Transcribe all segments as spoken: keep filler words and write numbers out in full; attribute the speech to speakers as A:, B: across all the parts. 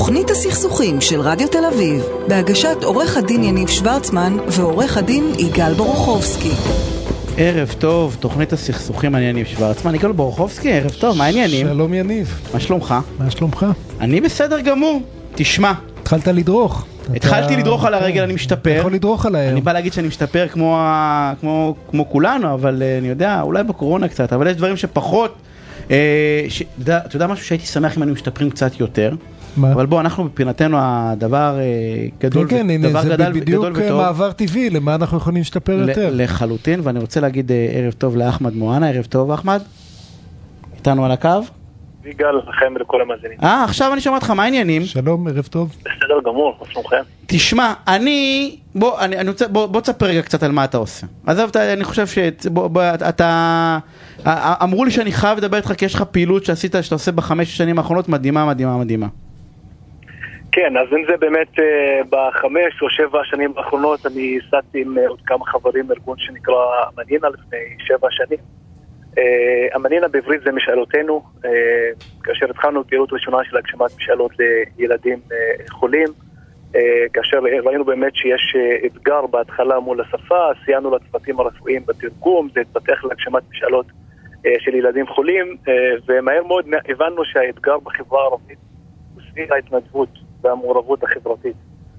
A: תוכנית הסכסוכים של רדיו תל אביב, בהגשת עורך הדין יניב שוורצמן ועורך הדין יגאל בורוכובסקי.
B: ערב טוב, תוכנית הסכסוכים, אני יניב שוורצמן, יגאל בורוכובסקי, ערב טוב, מה העניינים?
C: שלום יניב.
B: מה שלומך?
C: מה שלומך?
B: אני בסדר גמור, תשמע.
C: התחלת לדרוך.
B: התחלתי לדרוך על הרגל, אני משתפר.
C: אתה יכול לדרוך על היום.
B: אני בא להגיד שאני משתפר כמו, כמו, כמו כולנו, אבל אני יודע, אולי בקורונה קצת, אבל יש דברים שפחות, אה, ש, אתה יודע משהו שהייתי שמח אם אני משתפרים קצת יותר. מה? אבל בוא, אנחנו בפינתנו הדבר גדול,
C: כן, כן,
B: דבר
C: זה
B: גדל,
C: בדיוק
B: גדול וטוב.
C: מעבר טבעי, למה אנחנו יכולים להשתפר יותר.
B: לחלוטין, ואני רוצה להגיד ערב טוב לאחמד מואנה, ערב טוב אחמד. איתנו על הקו?
D: יגאל, לכם ולכל המאזינים.
B: אה, עכשיו אני שומע אותך, מה העניינים?
C: שלום, ערב טוב.
D: בסדר גמור, מה שלומכם?
B: תשמע, אני, בוא, אני, אני רוצה, בוא, בוא תספר רגע קצת על מה אתה עושה. עזוב, אני חושב שבוא, בוא, אתה, אמרו לי שאני חייב לדבר איתך כי יש לך פעילות שעשית, שאתה עושה בחמש שנים האחרונות, מדהימה, מדהימה, מדהימה.
D: כן, אז אם זה באמת בחמש או שבע השנים האחרונות, אני עשיתי עם עוד כמה חברים ארגון שנקרא אמנינה לפני שבע שנים. אמנינה בעברית זה משאלותינו, כאשר התחלנו פעילות ראשונה של הגשמת משאלות לילדים חולים, כאשר ראינו באמת שיש אתגר בהתחלה מול השפה, סייענו לצוותים הרפואיים בתרגום, זה התפתח להגשמת משאלות של ילדים חולים, ומהר מאוד הבנו שהאתגר בחברה הערבית הוא סביב ההתנדבות והמעורבות החברתית.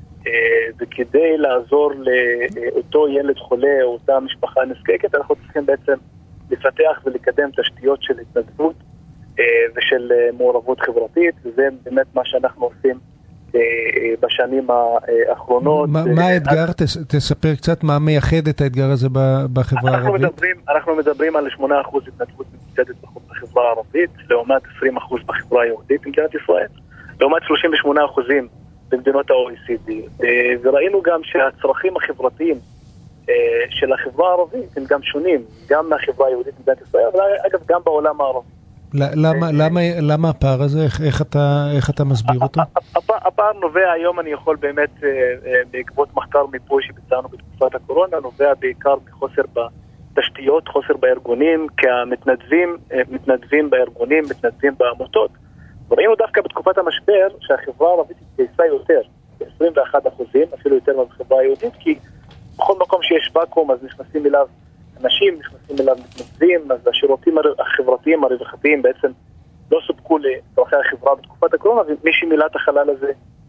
D: וכדי לעזור לאותו ילד חולה או אותה משפחה נזקקת, אנחנו צריכים בעצם לפתח ולקדם תשתיות של התנדבות ושל מעורבות חברתית, וזה באמת מה שאנחנו עושים בשנים האחרונות.
C: מה האתגר? תספר קצת מה מייחד את האתגר הזה בחברה הערבית.
D: אנחנו מדברים על שמונה אחוז התנדבות ממוקדת בחברה הערבית, לעומת עשרים אחוז בחברה היהודית במדינת ישראל, לעומת שלושים ושמונה אחוז במדינות ה-או אי סי די, וראינו גם שהצרכים החברתיים של החברה הערבית הם גם שונים, גם מהחברה היהודית במדינת ישראל, אבל אגב גם בעולם הערבי.
C: למה, למה, למה הפער הזה? איך, איך אתה, איך אתה מסביר אותו?
D: הפער נובע היום, אני יכול באמת, בעקבות מחקר מיפוי שביצענו בתקופת הקורונה, נובע בעיקר מחוסר בתשתיות, חוסר בארגונים, כי המתנדבים, מתנדבים בארגונים, מתנדבים בעמותות. וראינו דווקא בתקופת המשבר שהחברה הערבית התגייסה יותר, עשרים ואחד אחוזים, אפילו יותר מהחברה היהודית, כי בכל מקום שיש ואקום, אז נכנסים אליו אנשים, נכנסים אליו מתנדבים, אז השירותים החברתיים, הרווחתיים, בעצם לא סופקו לצרכי החברה בתקופת הקורונה, ומי שמילא את החלל הזה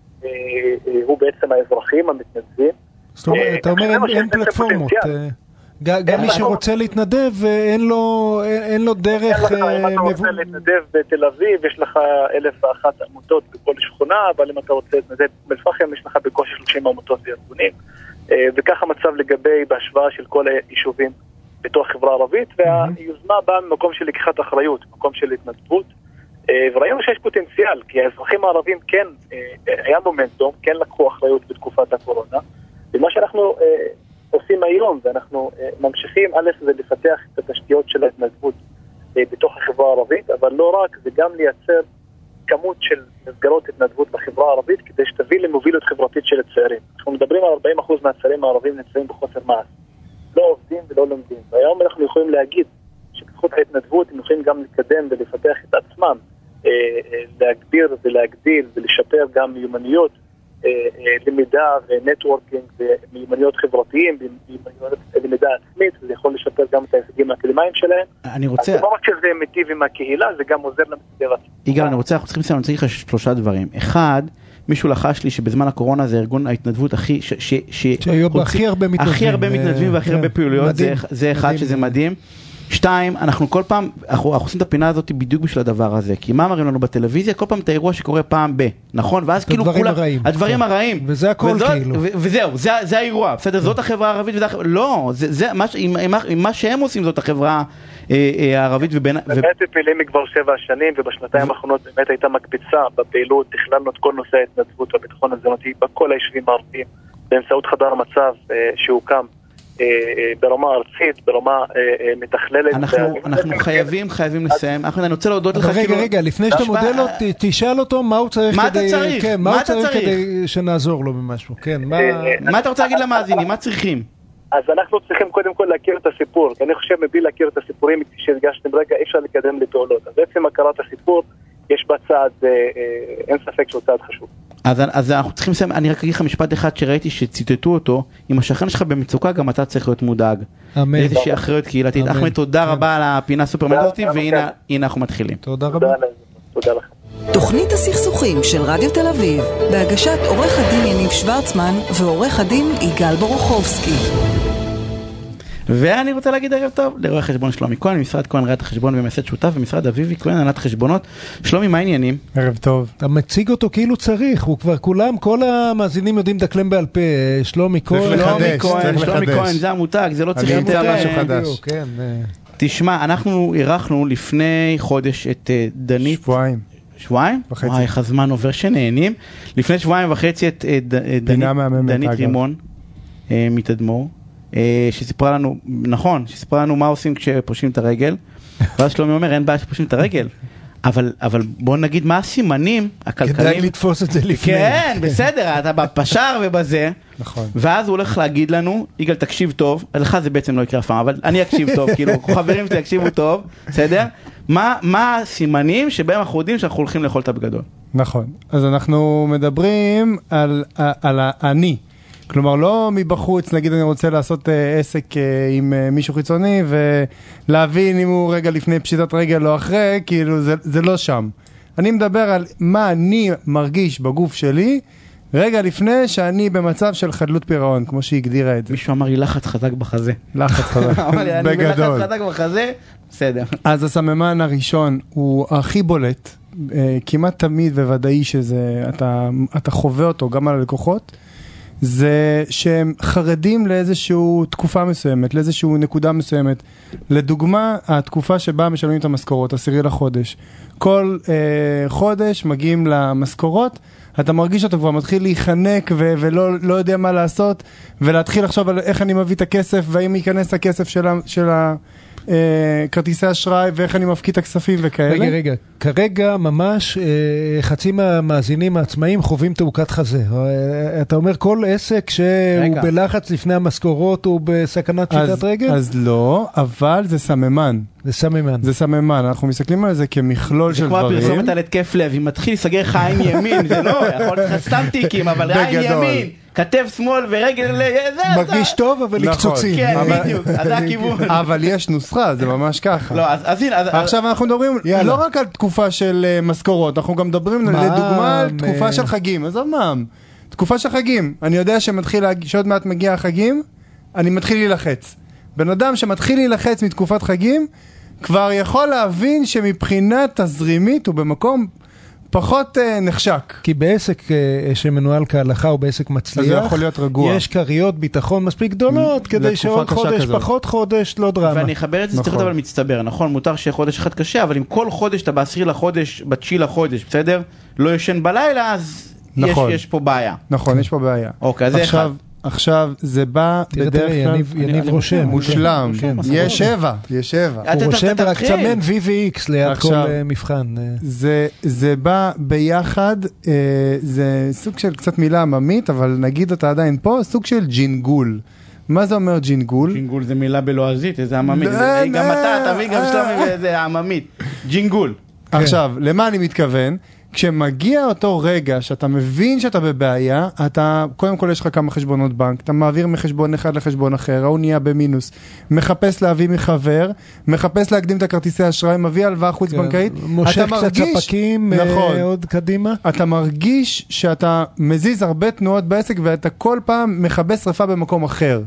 D: הוא בעצם האזרחים, המתנדבים.
C: זאת אומרת, אתה אומר, אין פלטפורמות. גם מי שרוצה להתנדב, אין לו דרך...
D: אם אתה רוצה להתנדב בתל אביב, יש לך אלף ואחת עמותות בכל שכונה, אבל אם אתה רוצה להתנדב באל-פחם, יש לך בקושי שלושים עמותות וארגונים. וכך המצב לגבי בהשוואה של כל היישובים בתוך חברה ערבית, והיוזמה באה ממקום של לקיחת אחריות, מקום של התנדבות, וראינו שיש פוטנציאל, כי האזרחים הערבים כן, היה מומנטום, כן לקחו אחריות בתקופת הקורונה, ומה שאנחנו עושים היום, ואנחנו ממשיכים, א' זה לפתח את התשתיות של ההתנדבות בתוך החברה הערבית, אבל לא רק, זה גם לייצר כמות של מסגרות התנדבות בחברה הערבית, כדי שתביא למוביליות חברתית של הצעירים. אנחנו מדברים על ארבעים אחוז מהצעירים הערבים נמצאים בחוסר מעש. לא עובדים ולא לומדים. והיום אנחנו יכולים להגיד שבזכות ההתנדבות הם יכולים גם לקדם ולפתח את עצמם, להגביר ולהגדיל ולשפר גם מיומנויות, למידה ונטוורקינג ומיומנויות חברתיים, ומיומנויות למידה עצמית, וזה יכול לשפר גם את ההישגים האקדמיים שלהם.
B: אני רוצה...
D: אז לא רק שזה מיטיב עם הקהילה, זה גם עוזר למסגר עצמי.
B: יגאל, אני רוצה, אנחנו צריכים לסיים, אני צריך שלושה דברים. אחד, מישהו לחש לי שבזמן הקורונה זה ארגון ההתנדבות הכי...
C: שהיו הכי הרבה מתנדבים.
B: הכי הרבה מתנדבים והכי הרבה פעילויות, זה אחד שזה מדהים. שתיים, אנחנו כל פעם, אנחנו עושים את הפינה הזאת בדיוק בשביל הדבר הזה, כי מה מראים לנו בטלוויזיה? כל פעם את האירוע שקורה פעם ב, נכון? ואז כאילו כולם, הדברים הרעים.
C: וזה הכל כאילו.
B: וזהו, זה האירוע, בסדר? זאת החברה הערבית, לא, עם מה שהם עושים זאת החברה הערבית.
D: באמת פעילים כבר שבע שנים, ובשנתיים האחרונות באמת הייתה מקפיצה בפעילות, תכללנו את כל נושא ההתנדבות והביטחון התזונתי בכל היישובים הערביים, באמצעות חדר מצב שהוקם ברמה ארצית, ברמה מתכללת.
B: אנחנו חייבים, חייבים לסיים. אחמד, אני רוצה להודות לך.
C: רגע, רגע, לפני שאתה מודד לו, תשאל אותו מה הוא צריך כדי... מה אתה צריך כדי שנעזור לו במשהו?
B: מה אתה רוצה להגיד למאזינים? מה צריכים?
D: אז אנחנו צריכים קודם כל להכיר את הסיפור. אני חושב מבלי להכיר את הסיפורים שהרגשתם רגע, אפשר לקדם לפעולות. אז בעצם הכרת הסיפור, יש בה צעד, אין ספק שהוא צעד חשוב.
B: אז, אז אנחנו צריכים לסיים, אני רק אגיד לך משפט אחד שראיתי שציטטו אותו, אם השכן שלך במצוקה גם אתה צריך להיות מודאג.
C: אמן.
B: איזושהי אחריות קהילתית. אחמד, תודה רבה על הפינה סופרמן הזאת, והנה אנחנו מתחילים.
C: תודה רבה.
D: תודה לך.
A: תוכנית הסכסוכים של רדיו תל אביב, בהגשת עורך הדין יניב שוורצמן ועורך הדין יגאל בורוכובסקי.
B: ואני רוצה להגיד ערב טוב לרואה חשבון שלומי כהן, משרד כהן ראיית החשבון ומייסד שותף, ומשרד אביבי כהן הנהלת חשבונות. שלומי, מה העניינים?
C: ערב טוב. אתה מציג אותו כאילו צריך, הוא כבר כולם, כל המאזינים יודעים דקלם בעל פה, שלומי כהן.
B: שלומי כהן, שלומי כהן, זה המותג, זה לא צריך יותר
C: משהו חדש.
B: תשמע, אנחנו אירחנו לפני חודש את דנית.
C: שבועיים.
B: שבועיים?
C: וחצי.
B: וואי, איך הזמן עובר שנהנים. לפני שבועיים וחצי את דנית רימון מתדמור. שסיפרה לנו, נכון, שסיפרה לנו מה עושים כשפושעים את הרגל, ואז שלומי אומר, אין בעיה שפושעים את הרגל, אבל, אבל בוא נגיד מה הסימנים הכלכליים.
C: כדאי לתפוס את זה לפני.
B: כן, בסדר, אתה בפשר ובזה,
C: נכון.
B: ואז הוא הולך להגיד לנו, יגאל תקשיב טוב, לך זה בעצם לא יקרה אף פעם, אבל אני אקשיב טוב, כאילו, חברים שלי יקשיבו טוב, בסדר? מה, מה הסימנים שבהם אנחנו יודעים שאנחנו הולכים לאכול את הבגדול?
E: נכון, אז אנחנו מדברים על, על האני, כלומר, לא מבחוץ, נגיד אני רוצה לעשות uh, עסק uh, עם uh, מישהו חיצוני, ולהבין אם הוא רגע לפני פשיטת רגל או אחרי, כאילו זה, זה לא שם. אני מדבר על מה אני מרגיש בגוף שלי, רגע לפני שאני במצב של חדלות פירעון, כמו שהיא הגדירה את זה.
B: מישהו אמר לי לחץ חזק בחזה.
E: לחץ חזק,
B: בגדול. אני בלחץ חזק בחזה, בסדר.
E: אז הסממן הראשון הוא הכי בולט, uh, כמעט תמיד וודאי שזה, אתה, אתה חווה אותו גם על הלקוחות, זה שהם חרדים לאיזשהו תקופה מסוימת, לאיזשהו נקודה מסוימת. לדוגמה, התקופה שבה משלמים את המשכורות, עשירי לחודש. כל אה, חודש מגיעים למשכורות, אתה מרגיש שאתה כבר מתחיל להיחנק ו- ולא לא יודע מה לעשות, ולהתחיל לחשוב על איך אני מביא את הכסף, והאם ייכנס הכסף של ה... של ה כרטיסי אשראי ואיך אני מפקיד את הכספים וכאלה.
C: רגע, רגע. כרגע ממש חצי מהמאזינים העצמאים חווים תעוקת חזה. אתה אומר כל עסק שהוא בלחץ לפני המשכורות הוא בסכנת פשיטת רגל?
E: אז לא, אבל זה סממן.
C: זה סממן.
E: זה סממן. אנחנו מסתכלים על זה כמכלול של דברים.
B: זה כמו הפרסומת על התקף לב. אם מתחיל לסגר לך עין ימין, זה לא, יכול להיות סתם טיקים, אבל עין ימין. כתב שמאל ורגל...
C: מרגיש טוב, אבל לקצוצים.
B: כן, בדיוק, אז זה הכיוון.
E: אבל יש נוסחה, זה ממש ככה.
B: לא, אז הנה...
E: עכשיו אנחנו מדברים לא רק על תקופה של משכורות, אנחנו גם מדברים לדוגמה על תקופה של חגים. אז מה? תקופה של חגים. אני יודע שמתחיל, שעוד מעט מגיע החגים, אני מתחיל להילחץ. בן אדם שמתחיל להילחץ מתקופת חגים, כבר יכול להבין שמבחינה תזרימית הוא במקום... פחות uh, נחשק.
C: כי בעסק uh, שמנוהל כהלכה או בעסק מצליח,
E: אז זה יכול להיות רגוע.
C: יש קריות ביטחון מספיק גדולות, כדי שעוד חודש, כזאת. פחות חודש, לא דרמה.
B: ואני אחבר את זה, צריך להיות אבל מצטבר, נכון? מותר שיהיה חודש אחד קשה, אבל אם כל חודש אתה בעשירי לחודש, בתשיעי לחודש, בסדר? לא ישן בלילה, אז נכון. יש, יש פה בעיה.
E: נכון, יש פה בעיה.
B: אוקיי, אז זה אחד.
E: עכשיו, זה בא בדרך כלל...
C: יניב רושם.
E: מושלם. יש שבע, יש שבע.
C: הוא רושם רק צמן וי וי אקס ליד כל מבחן.
E: זה בא ביחד, זה סוג של קצת מילה עממית, אבל נגיד אותה עדיין פה, סוג של ג'ינגול. מה זה אומר ג'ינגול?
B: ג'ינגול זה מילה בלועזית, זה עממית. גם אתה, תביא גם שלומי, זה עממית. ג'ינגול.
E: עכשיו, למה אני מתכוון? כשמגיע אותו רגע שאתה מבין שאתה בבעיה, אתה, קודם כל יש לך כמה חשבונות בנק, אתה מעביר מחשבון אחד לחשבון אחר, הוא נהיה במינוס, מחפש להביא מחבר, מחפש להקדים את הכרטיסי האשראי, מביא הלוואה חוץ בנקאית,
C: מושך קצת ספקים עוד קדימה.
E: אתה מרגיש שאתה מזיז הרבה תנועות בעסק, ואתה כל פעם מכבה שריפה במקום אחר.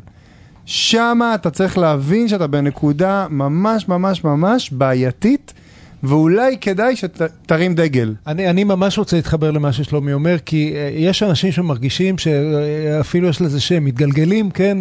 E: שמה אתה צריך להבין שאתה בנקודה ממש ממש ממש בעייתית, ואולי כדאי שתרים דגל.
C: אני, אני ממש רוצה להתחבר למה ששלומי אומר, כי יש אנשים שמרגישים שאפילו יש לזה שם, מתגלגלים, כן,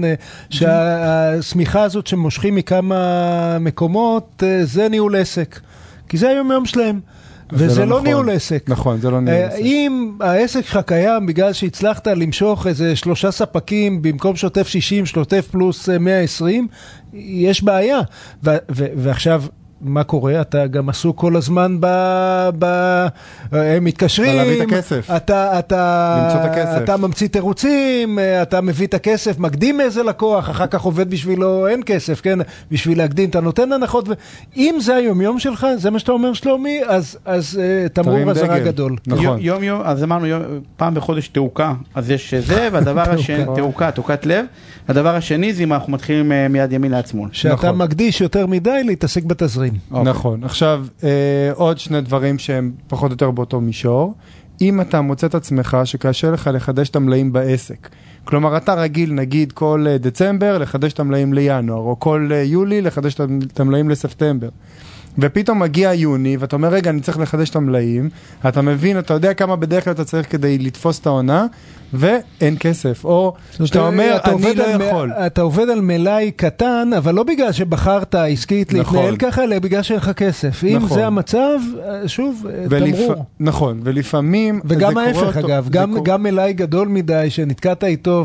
C: שהסמיכה הזאת שמושכים מכמה מקומות, זה ניהול עסק. כי זה היום יום שלהם. וזה לא ניהול עסק.
E: נכון, זה לא ניהול עסק.
C: אם העסק שלך קיים בגלל שהצלחת למשוך איזה שלושה ספקים במקום שוטף שישים, שוטף פלוס מאה ועשרים, יש בעיה. ועכשיו... מה קורה? אתה גם עסוק כל הזמן ב... ב... הם מתקשרים.
E: להביא את הכסף.
C: אתה, אתה...
E: למצוא את הכסף.
C: אתה ממציא תירוצים, אתה מביא את הכסף, מקדים איזה לקוח, אחר כך עובד בשבילו, אין כסף, כן? בשביל להקדים, אתה נותן הנחות, ואם זה היומיום שלך, זה מה שאתה אומר שלומי, אז, אז תמרור אזהרה גדול.
E: נכון.
B: יום יום, אז אמרנו, פעם בחודש תעוקה, אז יש זה, והדבר השני, תעוקה, תעוקת לב, הדבר השני זה אם אנחנו מתחילים מיד ימין לעצמאל.
C: שאתה מקדיש יותר מדי להתעסק בתזרים.
E: נכון. עכשיו, עוד שני דברים שהם פחות או יותר באותו מישור. אם אתה מוצא את עצמך שקשה לך לחדש את המלאים בעסק, כלומר אתה רגיל נגיד כל דצמבר לחדש את המלאים לינואר, או כל יולי לחדש את המלאים לספטמבר, ופתאום מגיע יוני, ואתה אומר, רגע, אני צריך לחדש את המלאים, אתה מבין, אתה יודע כמה בדרך כלל אתה צריך כדי לתפוס את העונה, ואין כסף, או שאתה אומר, אני לא יכול.
C: אתה עובד על מלאי קטן, אבל לא בגלל שבחרת עסקית להתנהל ככה, אלא בגלל שאין לך כסף. אם זה המצב, שוב, תמרור.
E: נכון, ולפעמים...
C: וגם ההפך, אגב, גם מלאי גדול מדי, שנתקעת איתו,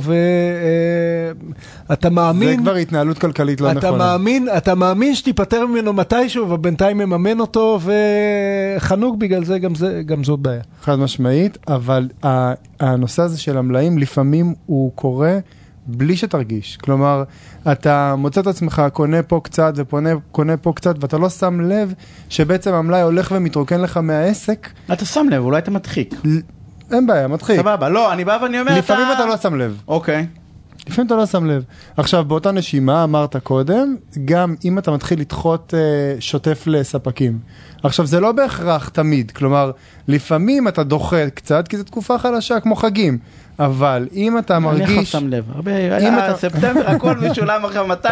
C: ואתה מאמין...
E: זה כבר התנהלות כלכלית לא נכונה.
C: אתה מאמין שתיפטר ממנו מתישהו, ובינתיים מממן אותו, וחנוק בגלל זה, גם זאת בעיה.
E: חד משמעית, אבל הנושא הזה של המלאים, לפעמים הוא קורה בלי שתרגיש. כלומר, אתה מוצא את עצמך, קונה פה קצת וקונה פה קצת, ואתה לא שם לב שבעצם המלאי הולך ומתרוקן לך מהעסק.
B: אתה שם לב, אולי אתה מדחיק.
E: אין בעיה, מדחיק.
B: סבבה, לא, אני בא ואני אומר,
E: לפעמים אתה לא שם לב.
B: אוקיי.
E: לפעמים אתה לא שם לב. עכשיו, באותה נשימה, אמרת קודם, גם אם אתה מתחיל לדחות אה, שוטף לספקים. עכשיו, זה לא בהכרח תמיד, כלומר, לפעמים אתה דוחה קצת, כי זו תקופה חלשה, כמו חגים. אבל אם אתה מרגיש...
B: אני חייב שם לב. הרבה... ספטמבר, הכל משולם אחר מתי?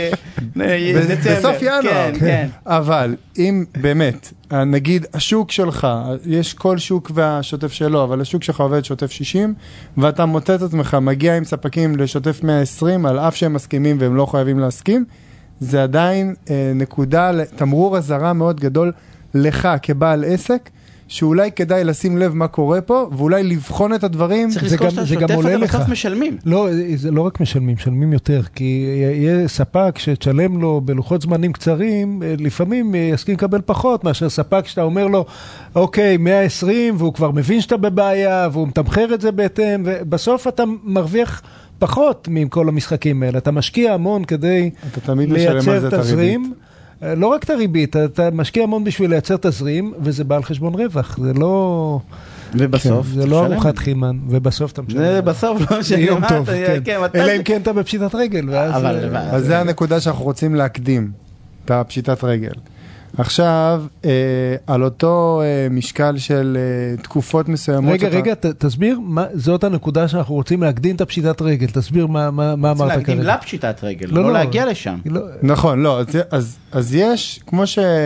B: בדצמבר.
E: בסוף ינואר.
B: כן.
E: אבל אם באמת, נגיד, השוק שלך, יש כל שוק והשוטף שלו, אבל השוק שלך עובד שוטף שישים, ואתה מוצא את עצמך, מגיע עם ספקים לשוטף מאה ועשרים, על אף שהם מסכימים והם לא חייבים להסכים, זה עדיין אה, נקודה, תמרור אזהרה מאוד גדול לך כבעל עסק, שאולי כדאי לשים לב מה קורה פה, ואולי לבחון את הדברים.
B: צריך לזכור שאתה שוטף, אתה בסוף משלמים.
C: לא, זה לא רק משלמים, משלמים יותר, כי יהיה ספק שתשלם לו בלוחות זמנים קצרים, לפעמים יסכים לקבל פחות, מאשר ספק שאתה אומר לו, אוקיי, מאה ועשרים, והוא כבר מבין שאתה בבעיה, והוא מתמחר את זה בהתאם, ובסוף אתה מרוויח פחות מכל המשחקים האלה. אתה משקיע המון כדי לייצר תזרים. לא רק את הריבית, אתה משקיע המון בשביל לייצר תזרים, וזה בא על חשבון רווח, זה לא...
B: ובסוף,
C: זה לא ארוחת חילמן, ובסוף אתה משלם.
B: זה בסוף לא משלם.
C: יום טוב, כן. אלא אם כן אתה בפשיטת רגל.
E: אז זה הנקודה שאנחנו רוצים להקדים, את הפשיטת רגל. עכשיו, על אותו משקל של תקופות מסוימות...
C: רגע, רגע, תסביר, זאת הנקודה שאנחנו רוצים להקדים את הפשיטת רגל, תסביר מה אמרת כרגע.
B: להקדים לפשיטת רגל, לא להגיע לשם.
E: נכון, לא, אז יש, כמו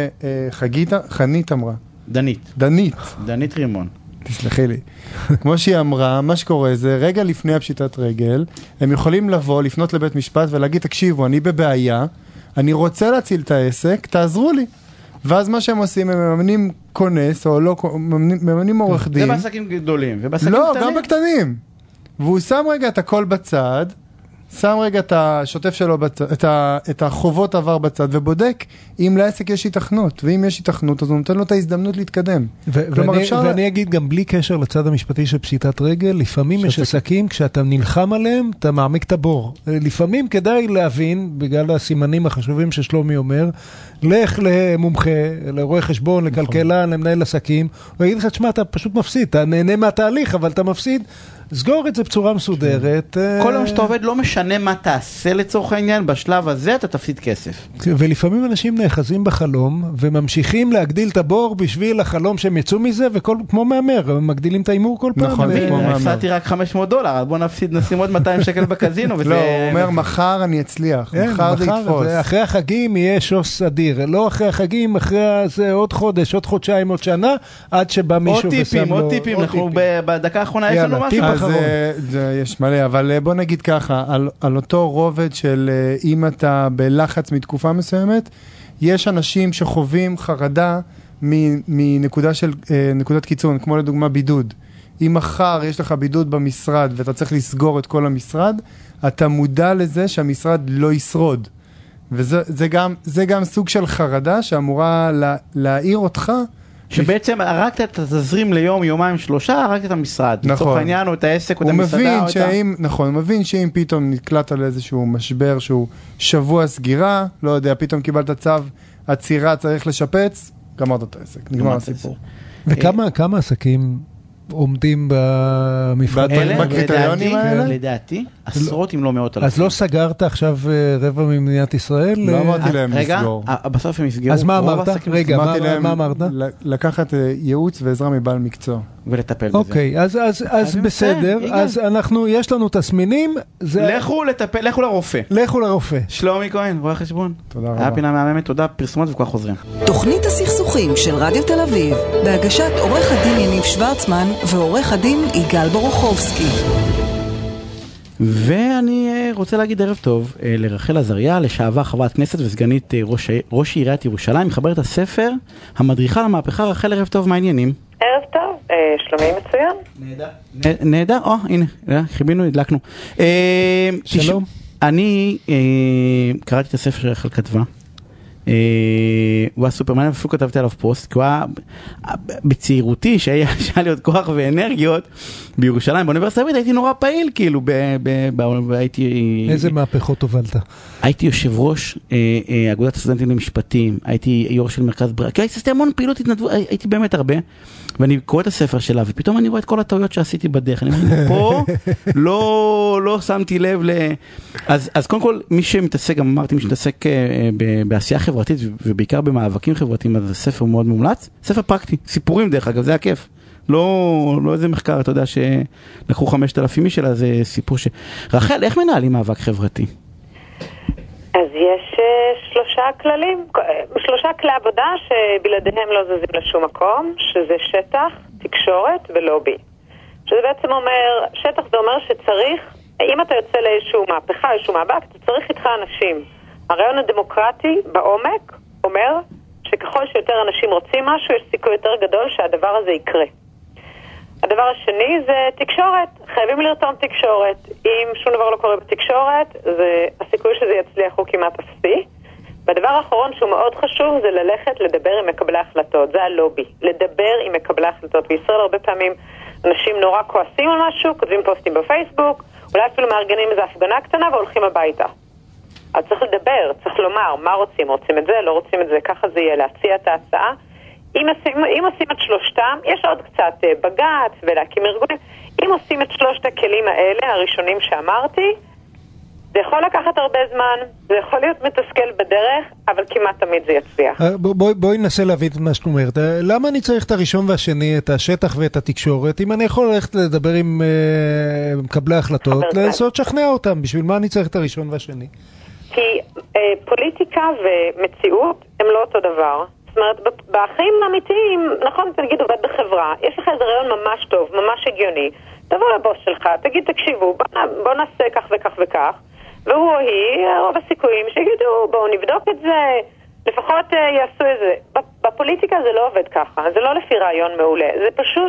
E: שחנית אמרה.
B: דנית.
E: דנית.
B: דנית רימון.
E: תסלחי לי. כמו שהיא אמרה, מה שקורה זה, רגע לפני הפשיטת רגל, הם יכולים לבוא, לפנות לבית משפט ולהגיד, תקשיבו, אני בבעיה, אני רוצה להציל את העסק, תעזרו לי. ואז מה שהם עושים, הם ממנים כונס, או לא, ממנים עורך דין.
B: זה בעסקים גדולים, ובעסקים
E: קטנים?
B: לא,
E: גם בקטנים. והוא שם רגע את הכל בצד, שם רגע את השוטף שלו בצד, את, ה, את החובות עבר בצד, ובודק אם לעסק יש התכנות, ואם יש התכנות, אז הוא נותן לו את ההזדמנות להתקדם.
C: ו- כלומר, ואני, אפשר... ואני אגיד גם בלי קשר לצד המשפטי של פשיטת רגל, לפעמים שצק... יש עסקים, כשאתה נלחם עליהם, אתה מעמיק את הבור. לפעמים כדאי להבין, בגלל הסימנים החשובים ששלומי אומר, לך למומחה, לרואה חשבון, לכלכלן, למנהל עסקים, הוא יגיד לך, תשמע, אתה פשוט מפסיד, אתה נהנה מהתהליך, אבל אתה מפסיד, סגור את זה בצורה מסודרת.
B: כל יום שאתה עובד לא משנה מה תעשה לצורך העניין, בשלב הזה אתה תפסיד כסף.
C: ולפעמים אנשים נאחזים בחלום, וממשיכים להגדיל את הבור בשביל החלום שהם יצאו מזה, וכמו מאמר, הם מגדילים את האימור כל פעם.
E: נכון, כמו מאמר.
B: הפסדתי רק חמש מאות דולר, אז בוא נפסיד, נשים עוד מאתיים שקל בקזינו.
E: לא, הוא אומר, מחר אני אצליח, מחר זה יתפוס.
C: אחרי החגים יהיה שוס אדיר, לא אחרי החגים, אחרי זה עוד חודש, עוד חודשיים, עוד שנה, עד שבא מישהו ושם לו...
B: עוד טיפים, אנחנו בדקה האחרונה יש לנו משהו.
E: אז זה יש מלא, אבל בוא נגיד ככה, על, על אותו רובד של אם אתה בלחץ מתקופה מסוימת, יש אנשים שחווים חרדה מנקודה של, נקודת קיצון, כמו לדוגמה בידוד. אם מחר יש לך בידוד במשרד ואתה צריך לסגור את כל המשרד, אתה מודע לזה שהמשרד לא ישרוד. וזה זה גם, זה גם סוג של חרדה שאמורה לה, להעיר אותך.
B: שבעצם הרגת את התזרים ליום, יומיים, שלושה, הרגת את המשרד.
E: נכון.
B: לצורך העניין, או את העסק, או את המסעדה, או את ה...
E: נכון, הוא מבין שאם פתאום נקלט על איזשהו משבר שהוא שבוע סגירה, לא יודע, פתאום קיבלת צו עצירה, צריך לשפץ, גמרת את העסק, נגמר הסיפור.
C: וכמה כמה עסקים עומדים במבחנים?
E: בקריטריונים האלה?
B: לדעתי, עשרות אם לא מאות אלפים.
C: אז לא סגרת עכשיו רבע ממדינת ישראל?
E: לא אמרתי להם לסגור.
B: רגע, בסוף הם יסגרו.
C: אז מה אמרת? רגע, מה אמרת?
E: לקחת ייעוץ ועזרה מבעל מקצוע.
B: ולטפל בזה.
C: אוקיי, אז בסדר, אז אנחנו, יש לנו תסמינים.
B: לכו לטפל, לכו לרופא.
C: לכו לרופא.
B: שלומי כהן, רואה חשבון.
E: תודה רבה.
B: היה פינה מהממת, תודה, פרסומות וכך חוזרים.
A: תוכנית הסכסוכים של רדיו תל אביב, בהגשת עורך הדין יניב שוורצמן ועורך הדין יגאל ברוכובסקי.
B: ואני רוצה להגיד ערב טוב לרחל עזריה, לשעבר חברת כנסת וסגנית ראש, ראש עיריית ירושלים, מחברת הספר המדריכה למהפכה. רחל, ערב טוב, מה העניינים?
F: ערב טוב, שלומי מצוין.
B: נהדר. נהדר, או, הנה, חיבינו, הדלקנו.
C: שלום.
B: אני קראתי את הספר שרחל כתבה. הוא היה סופרמן, אפילו כתבתי עליו פוסט, כי הוא היה בצעירותי, שהיה לי עוד כוח ואנרגיות בירושלים, באוניברסיטה העברית, הייתי נורא פעיל, כאילו, הייתי...
C: איזה מהפכות הובלת?
B: הייתי יושב ראש אגודת הסטודנטים למשפטים, הייתי יו"ר של מרכז בריאה, כי עשיתי המון פעילות התנדבות, הייתי באמת הרבה, ואני קורא את הספר שלה, ופתאום אני רואה את כל הטעויות שעשיתי בדרך, אני אומר, פה לא, לא שמתי לב ל... אז, אז קודם כל, מי שמתעסק, גם אמרתי, מי שמתעסק בעשייה חברתית, ובעיקר במאבקים חברתיים, אז זה ספר מאוד מומלץ, ספר פרקטי, סיפורים דרך אגב, זה הכיף. לא, לא איזה מחקר, אתה יודע, שלקחו חמשת אלפים איש, אלא זה סיפור ש... רחל, איך מנהלים מאבק חברתי?
F: אז יש שלושה כללים, שלושה כלי עבודה שבלעדיהם לא זזים לשום מקום, שזה שטח, תקשורת ולובי. שזה בעצם אומר, שטח זה אומר שצריך, אם אתה יוצא לאיזשהו מהפכה, איזשהו מאבק, אתה צריך איתך אנשים. הרעיון הדמוקרטי בעומק אומר שככל שיותר אנשים רוצים משהו, יש סיכוי יותר גדול שהדבר הזה יקרה. הדבר השני זה תקשורת, חייבים לרתום תקשורת. אם שום דבר לא קורה בתקשורת, זה, הסיכוי שזה יצליח הוא כמעט אפסי. והדבר האחרון שהוא מאוד חשוב זה ללכת לדבר עם מקבלי החלטות, זה הלובי, לדבר עם מקבלי החלטות. בישראל הרבה פעמים אנשים נורא כועסים על משהו, כותבים פוסטים בפייסבוק, אולי אפילו מארגנים איזו הפגנה קטנה והולכים הביתה. אז צריך לדבר, צריך לומר מה רוצים, רוצים את זה, לא רוצים את זה, ככה זה יהיה, להציע את ההצעה. אם עושים, אם עושים את שלושתם, יש עוד קצת בג"ץ ולהקים ארגונים. אם עושים את שלושת הכלים האלה, הראשונים שאמרתי, זה יכול לקחת הרבה זמן, זה יכול להיות מתסכל בדרך, אבל כמעט תמיד זה יצליח.
C: בואי, בואי ננסה להבין את מה שאת אומרת. למה אני צריך את הראשון והשני, את השטח ואת התקשורת, אם אני יכול ללכת לדבר עם uh, מקבלי החלטות, לנסות לשכנע אותם, בשביל מה אני צריך את הראשון והשני?
F: כי uh, פוליטיקה ומציאות הם לא אותו דבר. זאת אומרת, בחיים האמיתיים, נכון, תגיד עובד בחברה, יש לך איזה רעיון ממש טוב, ממש הגיוני, תבוא לבוס שלך, תגיד, תקשיבו, בוא, בוא נעשה כך וכך וכך, והוא או היא, רוב הסיכויים שיגידו, בואו נבדוק את זה, לפחות uh, יעשו את זה. בפוליטיקה זה לא עובד ככה, זה לא לפי רעיון מעולה, זה פשוט...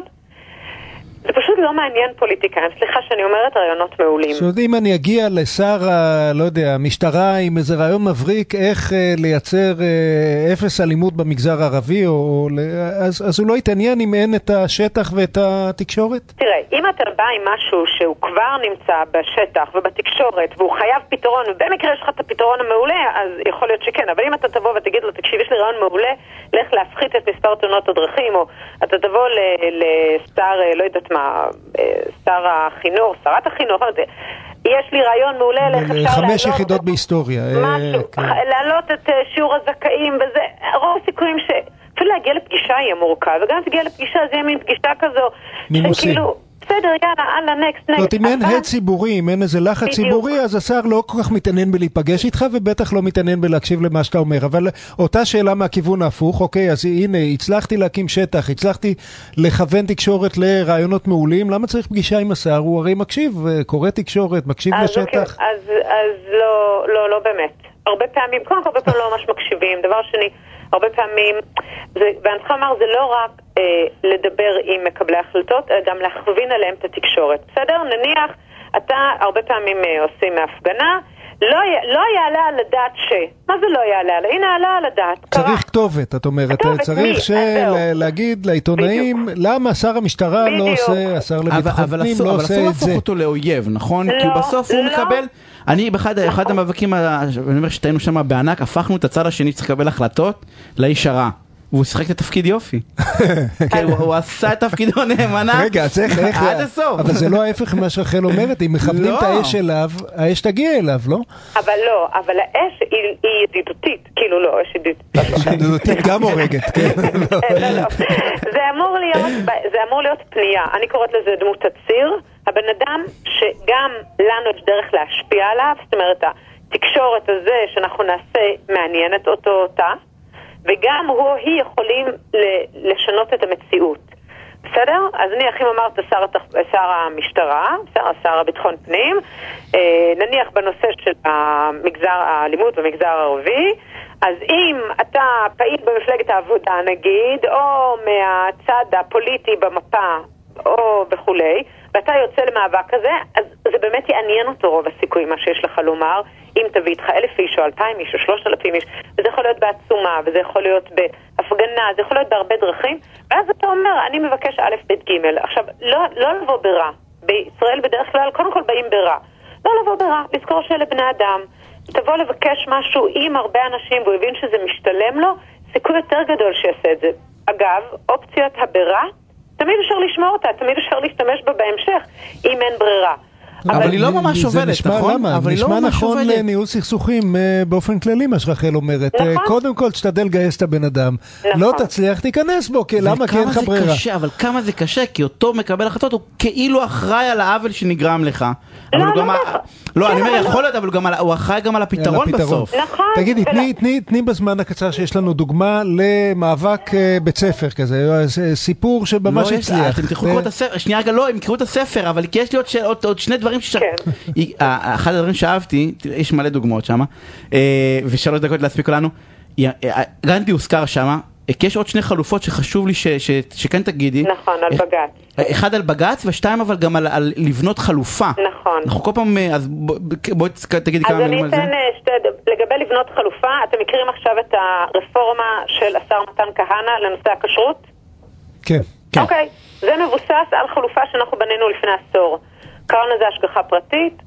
F: זה פשוט לא מעניין פוליטיקאים, סליחה שאני אומרת רעיונות מעולים.
C: זאת אומרת, אם אני אגיע לשר, לא יודע, המשטרה עם איזה רעיון מבריק, איך אה, לייצר אה, אפס אלימות במגזר הערבי, או, אז, אז הוא לא יתעניין אם אין את השטח ואת התקשורת?
F: תראה, אם אתה בא עם משהו שהוא כבר נמצא בשטח ובתקשורת, והוא חייב פתרון, ובמקרה יש לך את הפתרון המעולה, אז יכול להיות שכן, אבל אם אתה תבוא ותגיד לו, תקשיב, יש לי רעיון מעולה, לך להפחית את מספר תאונות הדרכים, או אתה תבוא לשר, לא יודעת מה, שר החינוך, שרת החינוך, יש לי רעיון מעולה, איך אפשר
C: חמש יחידות בהיסטוריה.
F: משהו, להעלות את שיעור הזכאים, וזה רוב הסיכויים ש... אפילו להגיע לפגישה יהיה מורכב, וגם תגיע לפגישה, זה יהיה מין פגישה כזו, שכאילו... בסדר, יאללה, הלאה, נקסט, נקסט.
C: זאת אם אין הד ציבורי, אם אין איזה לחץ ציבורי, אז השר לא כל כך מתעניין בלהיפגש איתך, ובטח לא מתעניין בלהקשיב למה שאתה אומר. אבל אותה שאלה מהכיוון ההפוך, אוקיי, אז הנה, הצלחתי להקים שטח, הצלחתי לכוון תקשורת לרעיונות מעולים, למה צריך פגישה עם השר? הוא הרי מקשיב, קורא תקשורת, מקשיב לשטח.
F: אז לא, לא, לא באמת. הרבה פעמים, קודם כל, הרבה פעמים לא ממש מקשיבים. דבר שני, הרבה פעמים, ואני צריכה לומר, זה לא רק אה, לדבר עם מקבלי החלטות, אלא גם להכווין עליהם את התקשורת. בסדר? נניח, אתה הרבה פעמים אה, עושים מהפגנה, לא, לא יעלה על הדעת ש... מה זה לא יעלה על? הנה יעלה על הדעת.
C: צריך כתובת, את אומרת. צריך להגיד לעיתונאים למה שר המשטרה לא עושה, השר לביטחון פנים לא עושה את זה.
B: אבל אסור להפוך אותו לאויב, נכון? כי בסוף הוא מקבל... אני באחד המאבקים, אני אומר שתהיינו שם בענק, הפכנו את הצד השני שצריך לקבל החלטות לאיש הרע. והוא שיחק את התפקיד יופי. הוא עשה את תפקידו נאמנה עד הסוף.
C: אבל זה לא ההפך ממה שרחל אומרת, אם מכוונים את האש אליו, האש תגיע אליו, לא?
F: אבל לא, אבל האש היא ידידותית, כאילו לא, אש ידידותית.
C: ידידותית גם הורגת, כן.
F: לא, לא. זה אמור להיות פנייה, אני קוראת לזה דמות הציר, הבן אדם שגם לנו יש דרך להשפיע עליו, זאת אומרת, התקשורת הזה שאנחנו נעשה מעניינת אותו אותה, וגם הוא או היא יכולים לשנות את המציאות. בסדר? אז אני הכי אמרת שר, שר המשטרה, שר, שר הביטחון פנים, נניח בנושא של המגזר, האלימות במגזר הערבי, אז אם אתה פעיל במפלגת העבודה נגיד, או מהצד הפוליטי במפה, או בכולי, ואתה יוצא למאבק כזה, אז זה באמת יעניין אותו רוב הסיכוי מה שיש לך לומר, אם תביא איתך אלף איש או אלפיים איש או שלושת אלפים איש, וזה יכול להיות בעצומה, וזה יכול להיות בהפגנה, זה יכול להיות בהרבה דרכים, ואז אתה אומר, אני מבקש א' ב' ג'. עכשיו, לא, לא לבוא ברע. בישראל בדרך כלל, קודם כל באים ברע. לא לבוא ברע, לזכור שאלה בני אדם. תבוא לבקש משהו עם הרבה אנשים, והוא הבין שזה משתלם לו, סיכוי יותר גדול שיעשה את זה. אגב, אופציית הברע, תמיד אפשר לשמור אותה, תמיד אפשר להשתמש בה בהמשך, אם אין ברירה.
B: אבל היא לא ממש עובדת, נכון?
C: זה נשמע נכון לניהול סכסוכים באופן כללי, מה שרחל אומרת. קודם כל, תשתדל לגייס את הבן אדם. לא תצליח, תיכנס בו, למה? כי אין לך ברירה.
B: אבל כמה זה קשה, כי אותו מקבל החלטות, הוא כאילו אחראי על העוול שנגרם לך. לא, אני אומר, יכול להיות, אבל הוא אחראי גם על הפתרון בסוף.
C: תגידי, תני בזמן הקצר שיש לנו דוגמה למאבק בית ספר כזה, סיפור שממש הצליח.
B: שנייה רגע, לא, הם קראו את הספר, אבל יש לי עוד שני דברים שש... אחד הדברים שאהבתי, יש מלא דוגמאות שם, ושלוש דקות להספיק לנו, גנדי הוזכר שם, כי יש עוד שני חלופות שחשוב לי שכן תגידי.
F: נכון, על בגץ.
B: אחד על בגץ, ושתיים אבל גם על לבנות חלופה.
F: נכון.
B: אנחנו כל פעם, אז בואי תגידי כמה מילים על זה.
F: אז אני אתן שתי, לגבי לבנות חלופה, אתם מכירים עכשיו את הרפורמה של השר מתן כהנא לנושא הכשרות?
C: כן.
F: אוקיי, זה מבוסס על חלופה שאנחנו בנינו לפני עשור. קראנו לזה השגחה פרטית,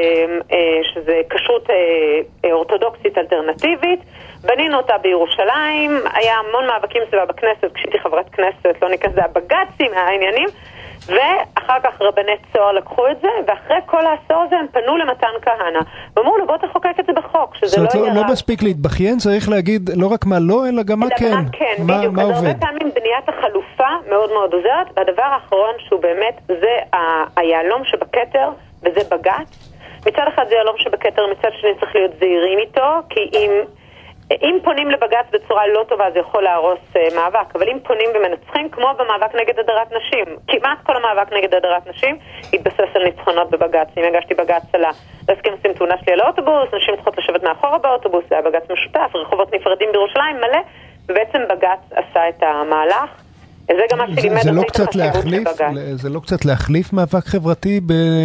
F: שזה כשרות אורתודוקסית אלטרנטיבית, בנינו אותה בירושלים, היה המון מאבקים סביבה בכנסת, כשהייתי חברת כנסת, לא ניכנס, זה הבג"צים, העניינים, ואחר כך רבני צוהר לקחו את זה, ואחרי כל העשור הזה הם פנו למתן כהנא, ואמרו לו בוא תחוקק את זה בחוק, שזה לא יהיה...
C: לא מספיק להתבכיין, צריך להגיד לא רק מה לא, אלא גם מה כן.
F: כן, בדיוק. אז הרבה פעמים בניית החלופה מאוד מאוד עוזרת, והדבר האחרון שהוא באמת, זה היעלום שבכתר, וזה בג"ץ. מצד אחד זה יעלום שבכתר, מצד שני צריך להיות זהירים איתו, כי אם... אם פונים לבג"ץ בצורה לא טובה זה יכול להרוס uh, מאבק, אבל אם פונים ומנצחים, כמו במאבק נגד הדרת נשים, כמעט כל המאבק נגד הדרת נשים התבסס על ניצחונות בבג"ץ. אם הגשתי בג"ץ על להסכים לשים תאונה שלי על האוטובוס, נשים צריכות לשבת מאחורה באוטובוס, זה היה בג"ץ משותף, רחובות נפרדים בירושלים מלא, ובעצם בג"ץ עשה את המהלך. זה גם מה שלימד
C: אותי את החשיבות של בג"ץ. זה לא קצת להחליף מאבק חברתי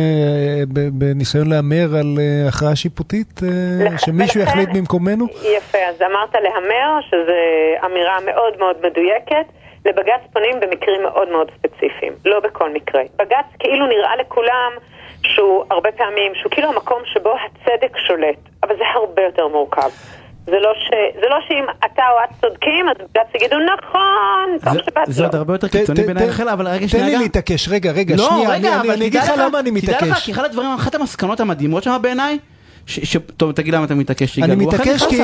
C: בניסיון לאמר על הכרעה שיפוטית, שמישהו יחליט במקומנו?
F: יפה, אז אמרת להמר, שזו אמירה מאוד מאוד מדויקת. לבג"ץ פונים במקרים מאוד מאוד ספציפיים, לא בכל מקרה. בג"ץ כאילו נראה לכולם שהוא הרבה פעמים, שהוא כאילו המקום שבו הצדק שולט, אבל זה הרבה יותר מורכב. זה לא, ש... זה לא שאם אתה או את צודקים, אז בג"ץ יגידו נכון, טוב שבאת לו.
B: זה עוד הרבה יותר קיצוני בעיניי חלה, אבל רגע שנייה.
C: תן לי להתעקש, רגע, רגע, שנייה, אני אגיד לך למה אני מתעקש. תדע לך, כי
B: אחד הדברים, אחת המסקנות המדהימות שם בעיניי, טוב, תגיד למה אתה מתעקש.
C: אני מתעקש כי